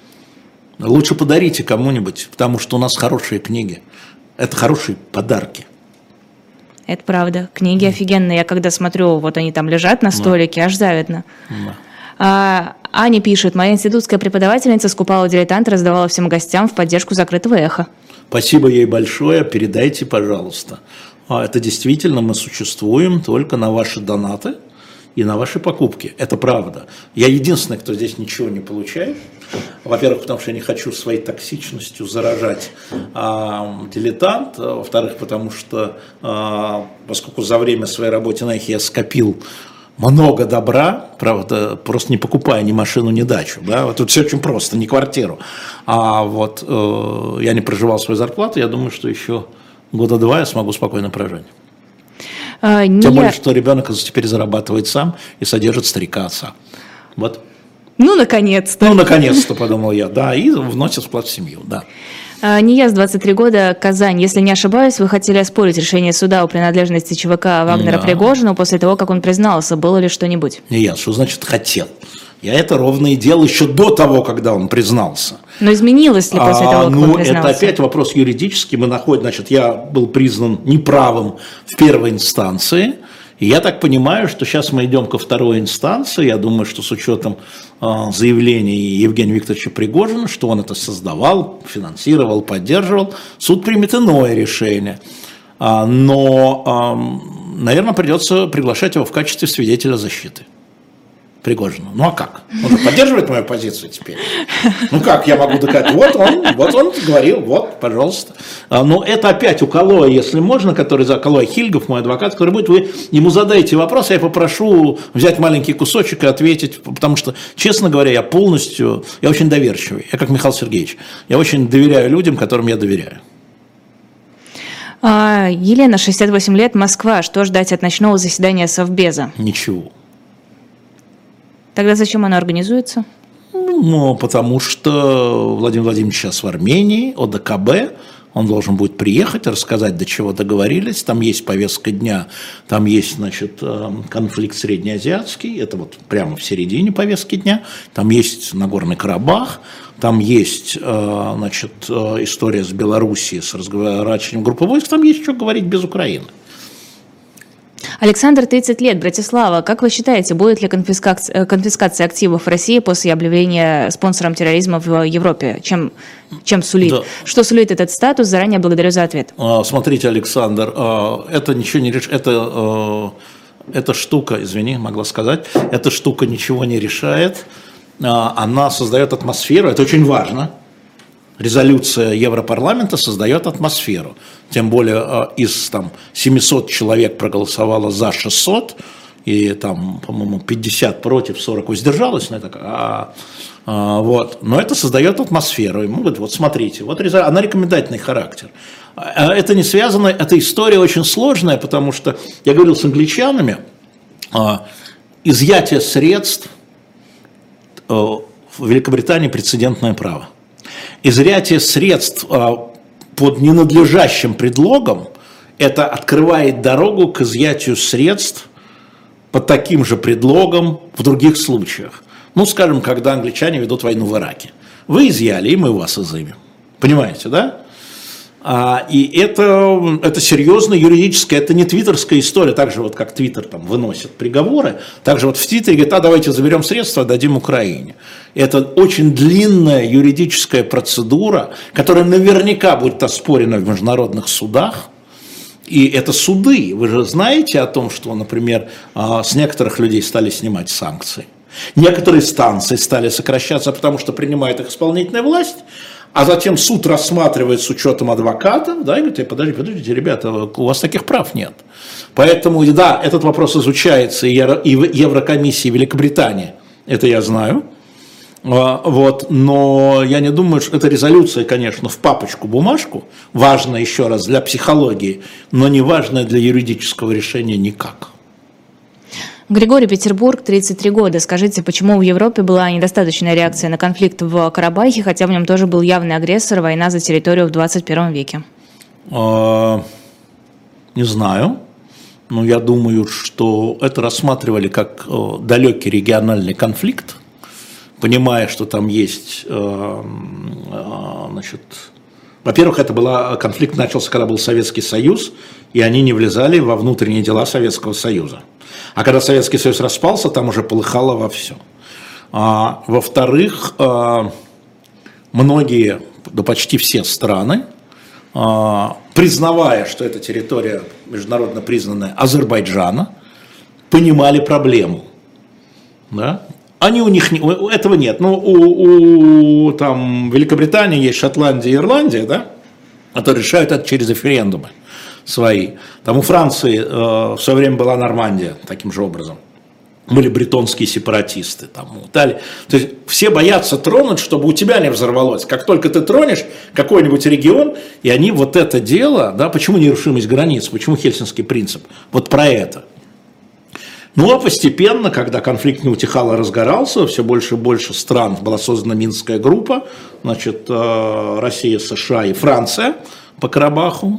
Лучше подарите кому-нибудь, потому что у нас хорошие книги. Это хорошие подарки. Это правда. Книги mm. офигенные. Я когда смотрю, вот они там лежат на столике, mm. аж завидно. Mm. А, Аня пишет, моя институтская преподавательница скупала «Дилетант», раздавала всем гостям в поддержку закрытого эхо. Спасибо ей большое. Передайте, пожалуйста. Это действительно мы существуем только на ваши донаты и на ваши покупки. Это правда. Я единственный, кто здесь ничего не получает. Во-первых, потому что я не хочу своей токсичностью заражать а, «Дилетант». Во-вторых, потому что, а, поскольку за время своей работы на их я скопил много добра, правда, просто не покупая ни машину, ни дачу. Да? Вот тут все очень просто, не квартиру. А вот э, я не проживал свою зарплату, я думаю, что еще года два я смогу спокойно прожить. А, Тем не... более, что ребенок теперь зарабатывает сам и содержит старика отца. Вот. Ну, наконец-то. Ну, наконец-то, подумал я, да, и вносит вклад в семью, да. А, Нияз, двадцать три года, Казань. Если не ошибаюсь, вы хотели оспорить решение суда о принадлежности ЧВК Вагнера да. Пригожину после того, как он признался. Было ли что-нибудь? Нияз, что значит «хотел»? Я это ровно и делал еще до того, когда он признался. Но изменилось ли после а, того, как ну, он признался? Это опять вопрос юридический. Мы находим, значит, я был признан неправым в первой инстанции. И я так понимаю, что сейчас мы идем ко второй инстанции. Я думаю, что с учетом э, заявлений Евгения Викторовича Пригожина, что он это создавал, финансировал, поддерживал, суд примет иное решение. А, но, э, наверное, придется приглашать его в качестве свидетеля защиты. Пригожину. Ну а как? Он же поддерживает мою позицию теперь. Ну как я могу доказать? Вот он, вот он говорил, вот, пожалуйста. Но это опять у Калоя, если можно, который за Калоя Хильгов, мой адвокат, который будет, вы ему задаете вопрос, я попрошу взять маленький кусочек и ответить, потому что, честно говоря, я полностью, я очень доверчивый. Я как Михаил Сергеевич. Я очень доверяю людям, которым я доверяю. А, Елена, шестьдесят восемь лет, Москва. Что ждать от ночного заседания Совбеза? Ничего. Тогда зачем оно организуется? Ну, потому что Владимир Владимирович сейчас в Армении, о дэ ка бэ, он должен будет приехать, рассказать, до чего договорились. Там есть повестка дня, там есть, значит, конфликт среднеазиатский, это вот прямо в середине повестки дня. Там есть Нагорный Карабах, там есть, значит, история с Белоруссией, с разворачиванием группы войск, там есть что говорить без Украины. Александр, тридцать лет, Братислава. Как вы считаете, будет ли конфискация, конфискация активов России после объявления спонсором терроризма в Европе? Чем, чем сулит? Да. Что сулит этот статус? Заранее благодарю за ответ. Смотрите, Александр, это ничего не решает. Это, эта штука, извини, могла сказать, эта штука ничего не решает. Она создает атмосферу, это очень важно. Резолюция Европарламента создает атмосферу. Тем более из там, семисот человек проголосовало за шестьсот, и там, по-моему, пятьдесят против, сорок воздержалось. Ну, это, а, а, вот. Но это создает атмосферу. Ему говорят, вот смотрите, вот резолюция, она рекомендательный характер. Это не связано, эта история очень сложная, потому что, я говорил с англичанами, а, изъятие средств а, в Великобритании прецедентное право. Изъятие средств под ненадлежащим предлогом, это открывает дорогу к изъятию средств под таким же предлогом в других случаях. Ну, скажем, когда англичане ведут войну в Ираке. Вы изъяли, и мы вас изымем. Понимаете, да? А, и это, это серьезная юридическая, это не твиттерская история, так же вот как Твиттер там выносит приговоры, так же вот в Твиттере говорит, а давайте заберем средства, отдадим Украине. Это очень длинная юридическая процедура, которая наверняка будет оспорена в международных судах. И это суды. Вы же знаете о том, что, например, с некоторых людей стали снимать санкции. Некоторые станции стали сокращаться, потому что принимает их исполнительная власть. А затем суд рассматривает с учетом адвокатов, да, и говорит, подождите, подождите, ребята, у вас таких прав нет. Поэтому, да, этот вопрос изучается и в Еврокомиссии Великобритании, это я знаю, вот, но я не думаю, что эта резолюция, конечно, в папочку-бумажку, важна еще раз для психологии, но не важна для юридического решения никак. Григорий, Петербург, тридцать три года. Скажите, почему в Европе была недостаточная реакция на конфликт в Карабахе, хотя в нем тоже был явный агрессор, война за территорию в двадцать первом веке? А, не знаю. Но я думаю, что это рассматривали как далекий региональный конфликт, понимая, что там есть, значит, во-первых, это была, конфликт начался, когда был Советский Союз, и они не влезали во внутренние дела Советского Союза. А когда Советский Союз распался, там уже полыхало во всем. А, во-вторых, а, многие, да почти все страны, а, признавая, что это территория международно признанная Азербайджана, понимали проблему. Да? Они у них, этого нет. Ну, у, у там, Великобритании есть Шотландия и Ирландия, да? которые решают это через референдумы свои. Там у Франции э, в свое время была Нормандия таким же образом. Были бретонские сепаратисты. Там, у Италии. То есть все боятся тронуть, чтобы у тебя не взорвалось. Как только ты тронешь какой-нибудь регион, и они вот это дело, да, почему нерушимость границ, почему Хельсинский принцип, вот про это. Ну а постепенно, когда конфликт не утихал и разгорался, все больше и больше стран, была создана Минская группа, значит, э, Россия, США и Франция по Карабаху.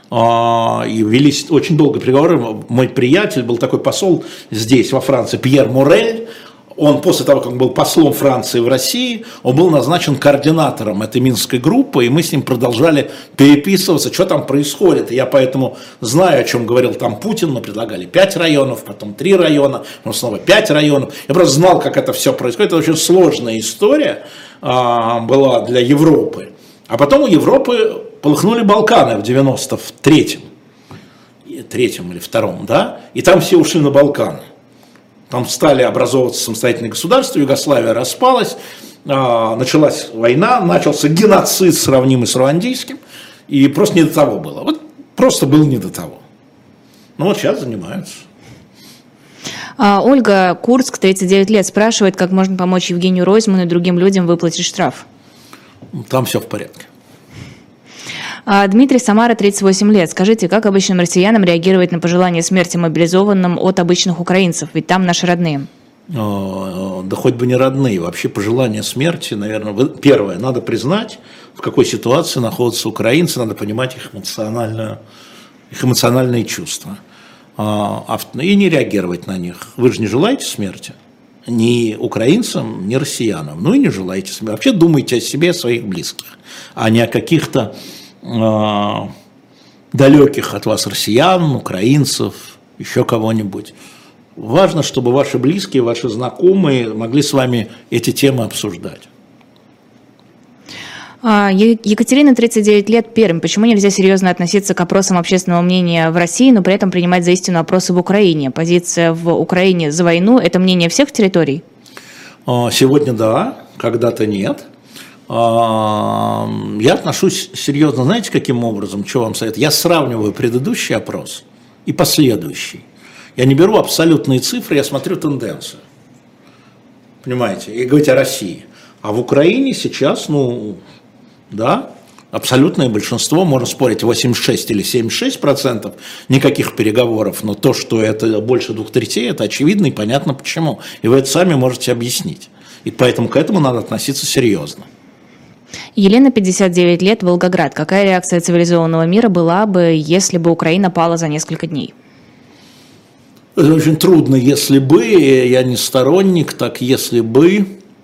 И велись очень долго переговоры. Мой приятель был такой посол здесь, во Франции, Пьер Морель. Он после того, как был послом Франции в России, он был назначен координатором этой Минской группы, и мы с ним продолжали переписываться, что там происходит. И я поэтому знаю, о чем говорил там Путин. Мы предлагали пять районов, потом три района, потом снова пять районов. Я просто знал, как это все происходит. Это очень сложная история а, была для Европы. А потом у Европы полыхнули Балканы в девяносто третьем, третьем или втором, да, и там все ушли на Балканы. Там стали образовываться самостоятельные государства, Югославия распалась, началась война, начался геноцид, сравнимый с руандийским, и просто не до того было. Вот просто было не до того. Ну вот сейчас занимаются. А, Ольга, Курск, тридцать девять лет, спрашивает, как можно помочь Евгению Ройзману и другим людям выплатить штраф. Там все в порядке. А, Дмитрий, Самара, тридцать восемь лет. Скажите, как обычным россиянам реагировать на пожелание смерти мобилизованным от обычных украинцев? Ведь там наши родные. Да хоть бы не родные. Вообще пожелание смерти, наверное, первое, надо признать, в какой ситуации находятся украинцы, надо понимать их, эмоциональное, их эмоциональные чувства. И не реагировать на них. Вы же не желаете смерти? Ни украинцам, ни россиянам. Ну и не желаете смерти. Вообще думайте о себе, о своих близких, а не о каких-то э, далеких от вас россиян, украинцев, еще кого-нибудь. Важно, чтобы ваши близкие, ваши знакомые могли с вами эти темы обсуждать. Екатерина, тридцать девять лет, Пермь. Почему нельзя серьезно относиться к опросам общественного мнения в России, но при этом принимать за истину опросы в Украине? Позиция в Украине за войну – это мнение всех территорий? Сегодня да, когда-то нет. Я отношусь серьезно, знаете, каким образом, что вам советую? Я сравниваю предыдущий опрос и последующий. Я не беру абсолютные цифры, я смотрю тенденцию. Понимаете? И говорить о России. А в Украине сейчас, ну, да, абсолютное большинство, можно спорить, восемьдесят шесть или семьдесят шесть процентов, никаких переговоров, но то, что это больше двух третей, это очевидно и понятно почему. И вы это сами можете объяснить. И поэтому к этому надо относиться серьезно. Елена, пятьдесят девять лет, Волгоград. Какая реакция цивилизованного мира была бы, если бы Украина пала за несколько дней? Это очень трудно, если бы, я не сторонник, так если бы,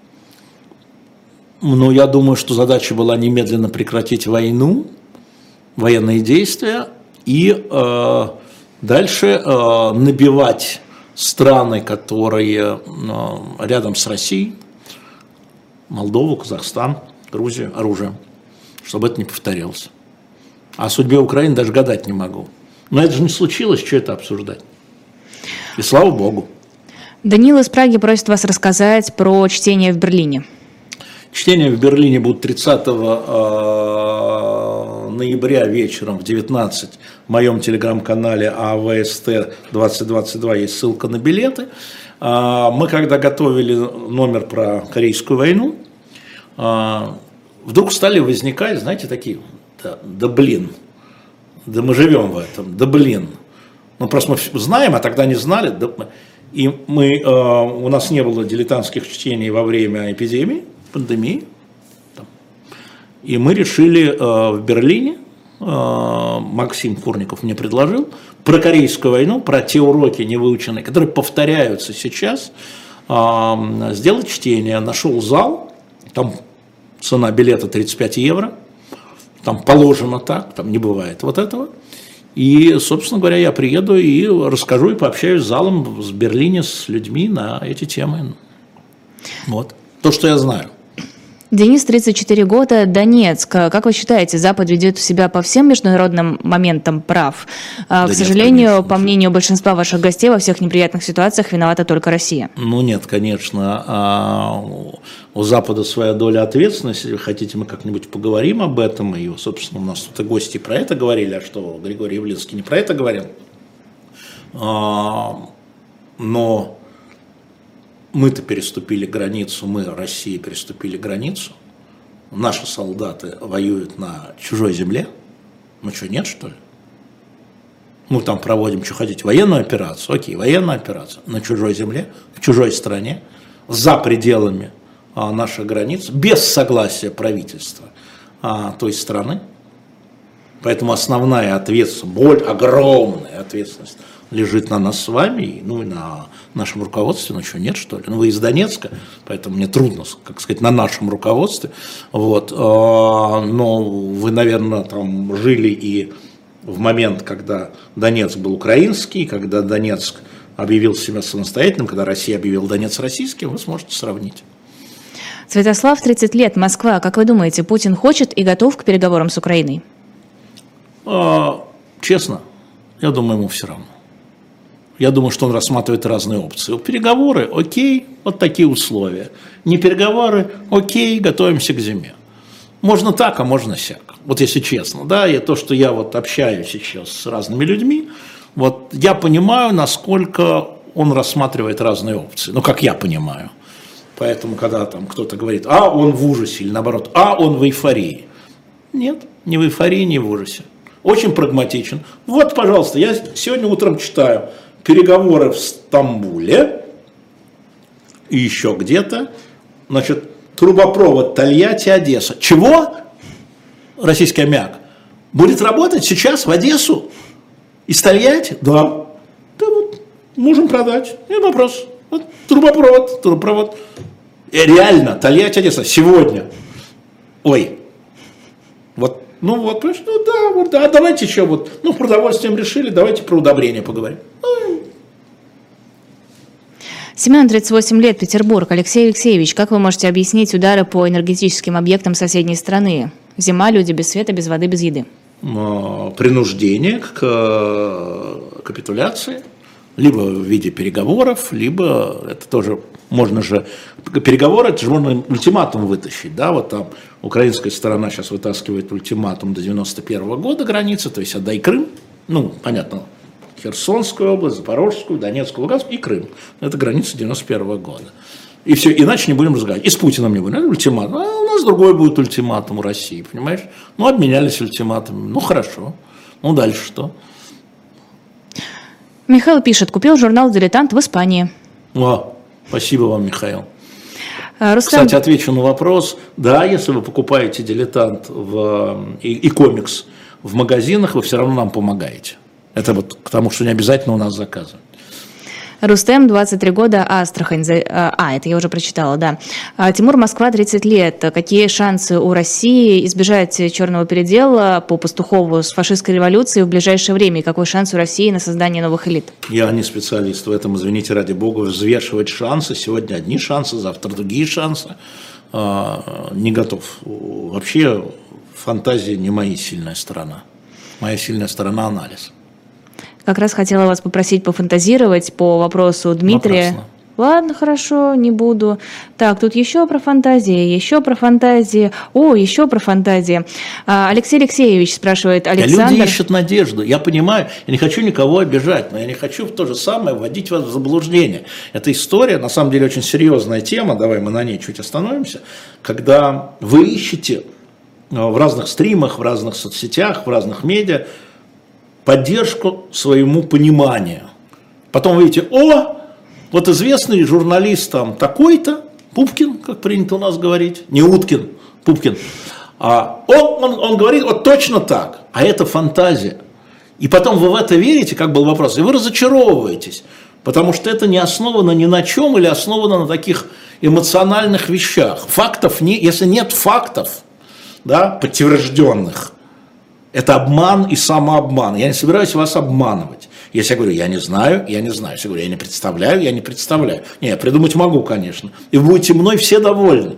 но я думаю, что задача была немедленно прекратить войну, военные действия, и э, дальше э, набивать страны, которые э, рядом с Россией, Молдову, Казахстан, Грузию, оружием, чтобы это не повторилось. О судьбе Украины даже гадать не могу. Но это же не случилось, что это обсуждать. И слава Богу. Данил из Праги просит вас рассказать про чтение в Берлине. Чтение в Берлине будет тридцатого ноября вечером в девятнадцать в моем телеграм-канале А В С Т двадцать двадцать два, есть ссылка на билеты. Мы когда готовили номер про Корейскую войну, вдруг стали возникать, знаете, такие, да, да блин, да мы живем в этом, да блин. Ну, просто мы знаем, а тогда не знали. Да, и мы, э, у нас не было дилетантских чтений во время эпидемии, пандемии. Там. И мы решили э, в Берлине, э, Максим Курников мне предложил, про Корейскую войну, про те уроки невыученные, которые повторяются сейчас, э, сделать чтение. Нашел зал, там цена билета тридцать пять евро, там положено так, там не бывает вот этого. И, собственно говоря, я приеду и расскажу, и пообщаюсь с залом в Берлине, с людьми на эти темы. Вот. То, что я знаю. Денис, тридцать четыре года, Донецк. Как вы считаете, Запад ведет себя по всем международным моментам прав? Да, К сожалению, нет, конечно, по мнению большинства ваших гостей, во всех неприятных ситуациях виновата только Россия. Ну нет, конечно. У Запада своя доля ответственности. Если вы хотите, мы как-нибудь поговорим об этом. И, собственно, у нас тут гости про это говорили, а что Григорий Явлинский не про это говорил. Но мы-то переступили границу, мы, Россия, переступили границу. Наши солдаты воюют на чужой земле. Ну что, нет, что ли? Мы там проводим, что хотите, военную операцию. Окей, военная операция на чужой земле, в чужой стране, за пределами а, наших границ, без согласия правительства а, той страны. Поэтому основная ответственность, боль, огромная ответственность лежит на нас с вами, ну и на нашем руководстве, ну что, нет, что ли? Ну вы из Донецка, поэтому мне трудно, как сказать, на нашем руководстве, вот, но вы, наверное, там жили и в момент, когда Донецк был украинский, когда Донецк объявил себя самостоятельным, когда Россия объявила Донецк российским, вы сможете сравнить. Святослав, тридцать лет, Москва. Как вы думаете, Путин хочет и готов к переговорам с Украиной? Честно, я думаю, ему все равно. Я думаю, что он рассматривает разные опции. Переговоры, окей, вот такие условия. Не переговоры, окей, готовимся к зиме. Можно так, а можно сяк. Вот если честно, да, и то, что я вот общаюсь сейчас с разными людьми, вот я понимаю, насколько он рассматривает разные опции. Ну, как я понимаю. Поэтому, когда там кто-то говорит, а он в ужасе, или наоборот, а он в эйфории. Нет, не в эйфории, не в ужасе. Очень прагматичен. Вот, пожалуйста, я сегодня утром читаю переговоры в Стамбуле и еще где-то. Значит, трубопровод Тольятти-Одесса. Чего? Российский аммиак. Будет работать сейчас в Одессу? Из Тольятти? Да. Да вот, можем продать. Нет вопрос. Вот, трубопровод, трубопровод. И реально, Тольятти-Одесса сегодня. Ой. Вот, ну вот, понимаешь, ну да, вот, да, давайте еще вот, ну, продовольствием решили, давайте про удобрения поговорим. Семен, тридцать восемь лет, Петербург. Алексей Алексеевич, как вы можете объяснить удары по энергетическим объектам соседней страны? Зима, люди без света, без воды, без еды. Принуждение к капитуляции, либо в виде переговоров, либо это тоже можно же, переговоры, это же можно ультиматум вытащить, да, вот там украинская сторона сейчас вытаскивает ультиматум до девяносто первого года границы, то есть отдай Крым, ну, понятно, Херсонскую область, Запорожскую, Донецкую, Луганскую и Крым. Это граница девяносто первого года. И все, иначе не будем разговаривать. И с Путиным не будем. Это ультиматум. А у нас другой будет ультиматум у России, понимаешь? Ну, обменялись ультиматумами. Ну, хорошо. Ну, дальше что? Михаил пишет, купил журнал «Дилетант» в Испании. О, спасибо вам, Михаил. Рустам... Кстати, отвечу на вопрос. Да, если вы покупаете «Дилетант» в, и, и комикс в магазинах, вы все равно нам помогаете. Это вот к тому, что не обязательно у нас заказывать. Рустем, двадцать три года, Астрахань. А, это я уже прочитала, да. Тимур, Москва, тридцать лет. Какие шансы у России избежать черного передела по Пастухову с фашистской революцией в ближайшее время? И какой шанс у России на создание новых элит? Я не специалист в этом, извините, ради бога, взвешивать шансы. Сегодня одни шансы, завтра другие шансы. Не готов. Вообще фантазия не моя сильная сторона. Моя сильная сторона – анализ. Как раз хотела вас попросить пофантазировать по вопросу Дмитрия. Напрасно. Ладно, хорошо, не буду. Так, тут еще про фантазии, еще про фантазии. О, еще про фантазии. А, Алексей Алексеевич спрашивает, Александр... Люди ищут надежду. Я понимаю, я не хочу никого обижать, но я не хочу в то же самое вводить вас в заблуждение. Эта история, на самом деле, очень серьезная тема, давай мы на ней чуть остановимся, когда вы ищете в разных стримах, в разных соцсетях, в разных медиа поддержку своему пониманию. Потом вы видите, о, вот известный журналист там такой-то, Пупкин, как принято у нас говорить, не Уткин, Пупкин, а он, он, он говорит вот точно так, а это фантазия. И потом вы в это верите, как был вопрос, и вы разочаровываетесь, потому что это не основано ни на чем или основано на таких эмоциональных вещах. Фактов не, если нет фактов, да, подтвержденных, это обман и самообман. Я не собираюсь вас обманывать. Если я говорю, я не знаю, я не знаю. Если я говорю, я не представляю, я не представляю. Не, я придумать могу, конечно. И вы будете мной все довольны.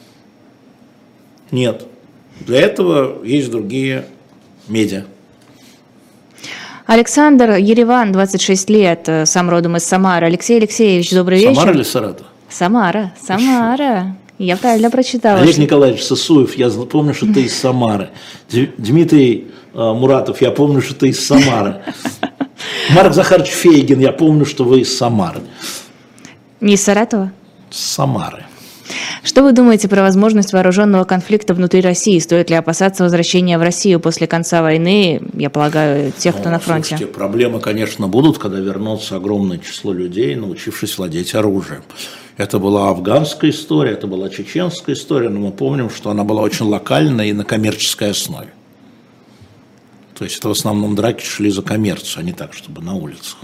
Нет. Для этого есть другие медиа. Александр, Ереван, двадцать шесть лет, сам родом из Самары. Алексей Алексеевич, добрый вечер. Самара или Саратов? Самара, Самара. Я правильно прочитала. Олег Николаевич Сысуев, я помню, что ты из Самары. Дмитрий Муратов, я помню, что ты из Самары. Марк Захарович Фейгин, я помню, что вы из Самары. Не из Саратова? С Самары. Что вы думаете про возможность вооруженного конфликта внутри России? Стоит ли опасаться возвращения в Россию после конца войны, я полагаю, тех, кто ну, на фронте? Слушайте, проблемы, конечно, будут, когда вернется огромное число людей, научившись владеть оружием. Это была афганская история, это была чеченская история, но мы помним, что она была очень локальная и на коммерческой основе. То есть это в основном драки шли за коммерцию, а не так, чтобы на улицах.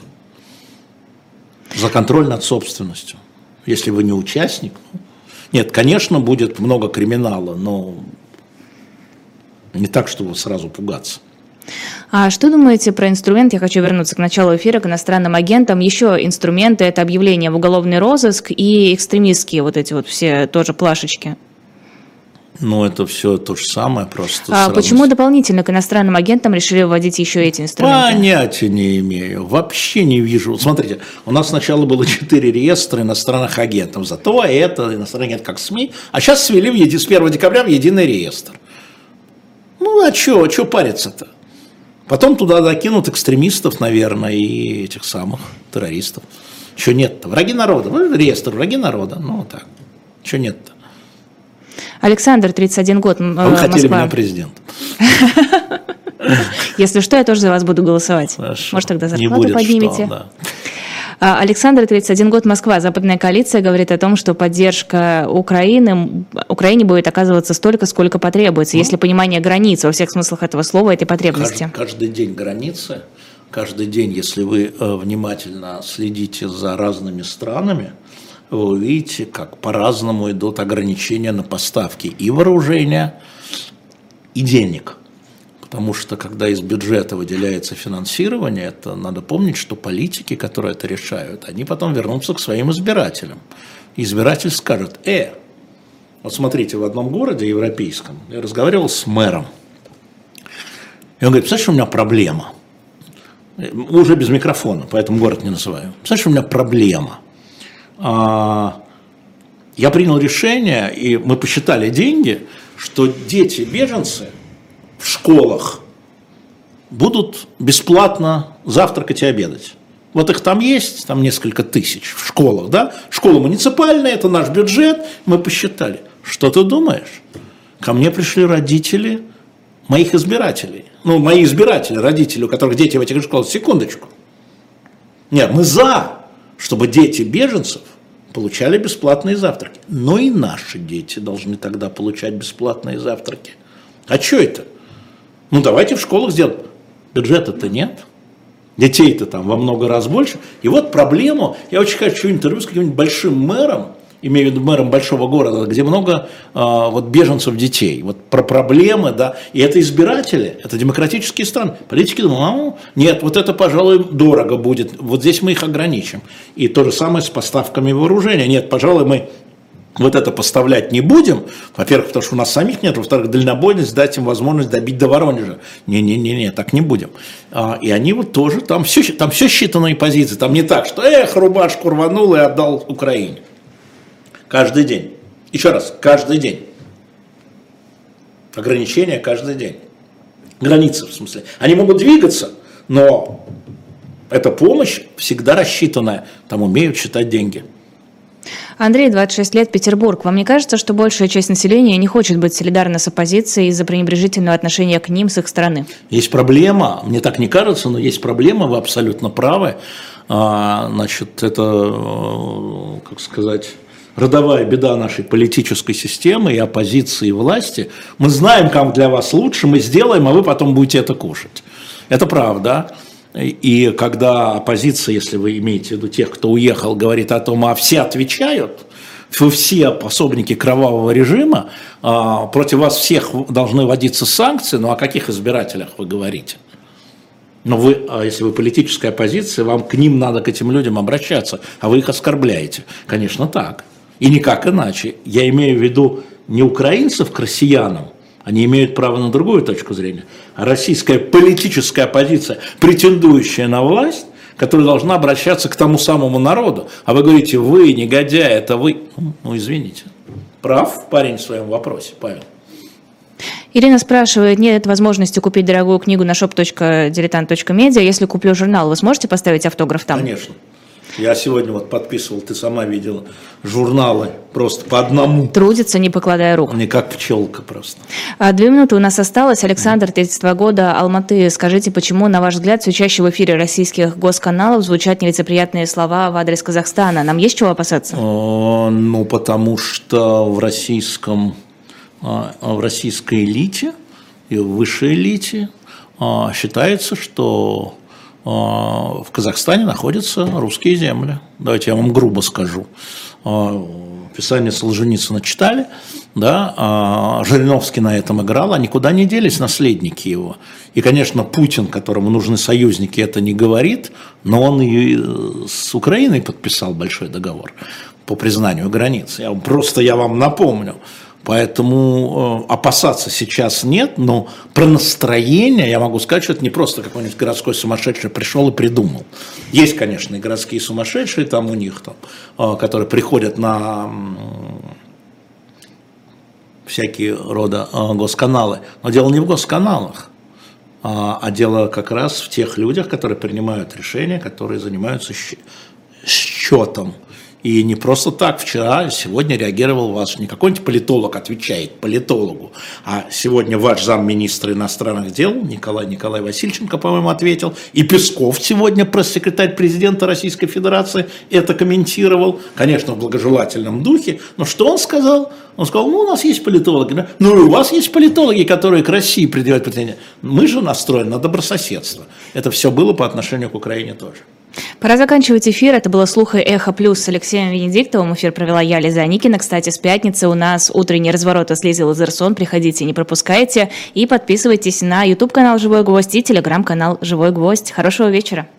За контроль над собственностью. Если вы не участник... Нет, конечно, будет много криминала, но не так, чтобы сразу пугаться. А что думаете про инструмент? Я хочу вернуться к началу эфира, к иностранным агентам. Еще инструменты – это объявление в уголовный розыск и экстремистские вот эти вот все тоже плашечки. Ну, это все то же самое, просто. А почему дополнительно к иностранным агентам решили вводить еще эти инструменты? Понятия не имею, вообще не вижу. Смотрите, у нас сначала было четыре реестра иностранных агентов, зато это иностранный агент как СМИ, а сейчас свели в еди... с первого декабря в единый реестр. Ну, а что, а что париться-то? Потом туда докинут экстремистов, наверное, и этих самых террористов. Что нет-то? Враги народа, ну, реестр враги народа, ну, так, что нет-то? Александр, тридцать один год, Москва. А вы хотели меня президентом. Если что, я тоже за вас буду голосовать. Хорошо. Может, тогда зарплату Не будет поднимете. Что, да. Александр, тридцать один год, Москва. Западная коалиция говорит о том, что поддержка Украины, Украине будет оказываться столько, сколько потребуется, ну, если понимание границ во всех смыслах этого слова, этой потребности. Каждый, каждый день границы, каждый день, если вы э, внимательно следите за разными странами, вы увидите, как по-разному идут ограничения на поставки и вооружения, и денег. Потому что, когда из бюджета выделяется финансирование, это надо помнить, что политики, которые это решают, они потом вернутся к своим избирателям. И избиратель скажет: э, вот смотрите, в одном городе европейском я разговаривал с мэром. И он говорит: представляешь, у меня проблема. Уже без микрофона, поэтому город не называю. Представляешь, у меня проблема. Я принял решение, и мы посчитали деньги, что дети-беженцы в школах будут бесплатно завтракать и обедать. Вот их там есть, там несколько тысяч в школах, да? Школа муниципальная, это наш бюджет, мы посчитали. Что ты думаешь? Ко мне пришли родители моих избирателей. Ну, мои избиратели, родители, у которых дети в этих школах, секундочку. Нет, мы за, чтобы дети беженцев получали бесплатные завтраки. Но и наши дети должны тогда получать бесплатные завтраки. А что это? Ну, давайте в школах сделаем. Бюджета-то нет. Детей-то там во много раз больше. И вот проблему, я очень хочу интервью с каким-нибудь большим мэром, имею в виду мэром большого города, где много а, вот беженцев детей. Вот про проблемы, да. И это избиратели, это демократические страны. Политики думают: а, нет, вот это, пожалуй, дорого будет. Вот здесь мы их ограничим. И то же самое с поставками вооружения. Нет, пожалуй, мы вот это поставлять не будем. Во-первых, потому что у нас самих нет. Во-вторых, дальнобойность, дать им возможность добить до Воронежа. Не-не-не, так не будем. А, и они вот тоже, там все, там все считанные позиции. Там не так, что эх, рубашку рванул и отдал Украине. Каждый день. Еще раз, каждый день. Ограничения каждый день. Границы, в смысле. Они могут двигаться, но эта помощь всегда рассчитанная. Там умеют считать деньги. Андрей, двадцать шесть лет, Петербург. Вам не кажется, что большая часть населения не хочет быть солидарна с оппозицией из-за пренебрежительного отношения к ним с их стороны? Есть проблема, мне так не кажется, но есть проблема, вы абсолютно правы. А, значит, это, как сказать, родовая беда нашей политической системы и оппозиции, и власти. Мы знаем, как для вас лучше, мы сделаем, а вы потом будете это кушать. Это правда. И когда оппозиция, если вы имеете в виду тех, кто уехал, говорит о том, а все отвечают, вы все пособники кровавого режима, против вас всех должны вводиться санкции, ну о каких избирателях вы говорите? Но вы, если вы политическая оппозиция, вам к ним надо, к этим людям обращаться, а вы их оскорбляете. Конечно, так. И никак иначе. Я имею в виду не украинцев к россиянам, они имеют право на другую точку зрения, а российская политическая оппозиция, претендующая на власть, которая должна обращаться к тому самому народу. А вы говорите: вы, негодяи, это вы. Ну, извините. Прав парень в своем вопросе, Павел. Ирина спрашивает: нет возможности купить дорогую книгу на шоп точка дилетант точка медиа. Если куплю журнал, вы сможете поставить автограф там? Конечно. Я сегодня вот подписывал, ты сама видела, журналы просто по одному. Трудится, не покладая рук. Не как пчелка просто. А, две минуты у нас осталось. Александр, тридцать два года, Алматы. Скажите, почему, на ваш взгляд, все чаще в эфире российских госканалов звучат нелицеприятные слова в адрес Казахстана? Нам есть чего опасаться? О, ну, потому что в российском, в российской элите и в высшей элите считается, что в Казахстане находятся русские земли. Давайте я вам грубо скажу. Писание Солженицына читали, да, Жириновский на этом играл, а никуда не делись наследники его. И, конечно, Путин, которому нужны союзники, это не говорит, но он и с Украиной подписал большой договор по признанию границ. Я просто я вам напомню, Поэтому э, опасаться сейчас нет, но про настроение я могу сказать, что это не просто какой-нибудь городской сумасшедший пришел и придумал. Есть, конечно, и городские сумасшедшие там у них, там, э, которые приходят на э, всякие рода э, госканалы. Но дело не в госканалах, а, а дело как раз в тех людях, которые принимают решения, которые занимаются счетом. И не просто так вчера, сегодня реагировал ваш, не какой-нибудь политолог отвечает политологу, а сегодня ваш замминистра иностранных дел Николай Николай Васильченко, по-моему, ответил, и Песков сегодня, пресс-секретарь президента Российской Федерации, это комментировал, конечно, в благожелательном духе, но что он сказал? Он сказал, ну, у нас есть политологи, да? Ну, и у вас есть политологи, которые к России предъявляют претензии. Мы же настроены на добрососедство. Это все было по отношению к Украине тоже. Пора заканчивать эфир. Это было «Слух и эхо плюс» с Алексеем Венедиктовым. Эфир провела я, Лиза Аникина. Кстати, с пятницы у нас утренний разворот с Лизой Лазерсон. Приходите, не пропускайте. И подписывайтесь на YouTube-канал «Живой гвоздь» и телеграм-канал «Живой гвоздь». Хорошего вечера.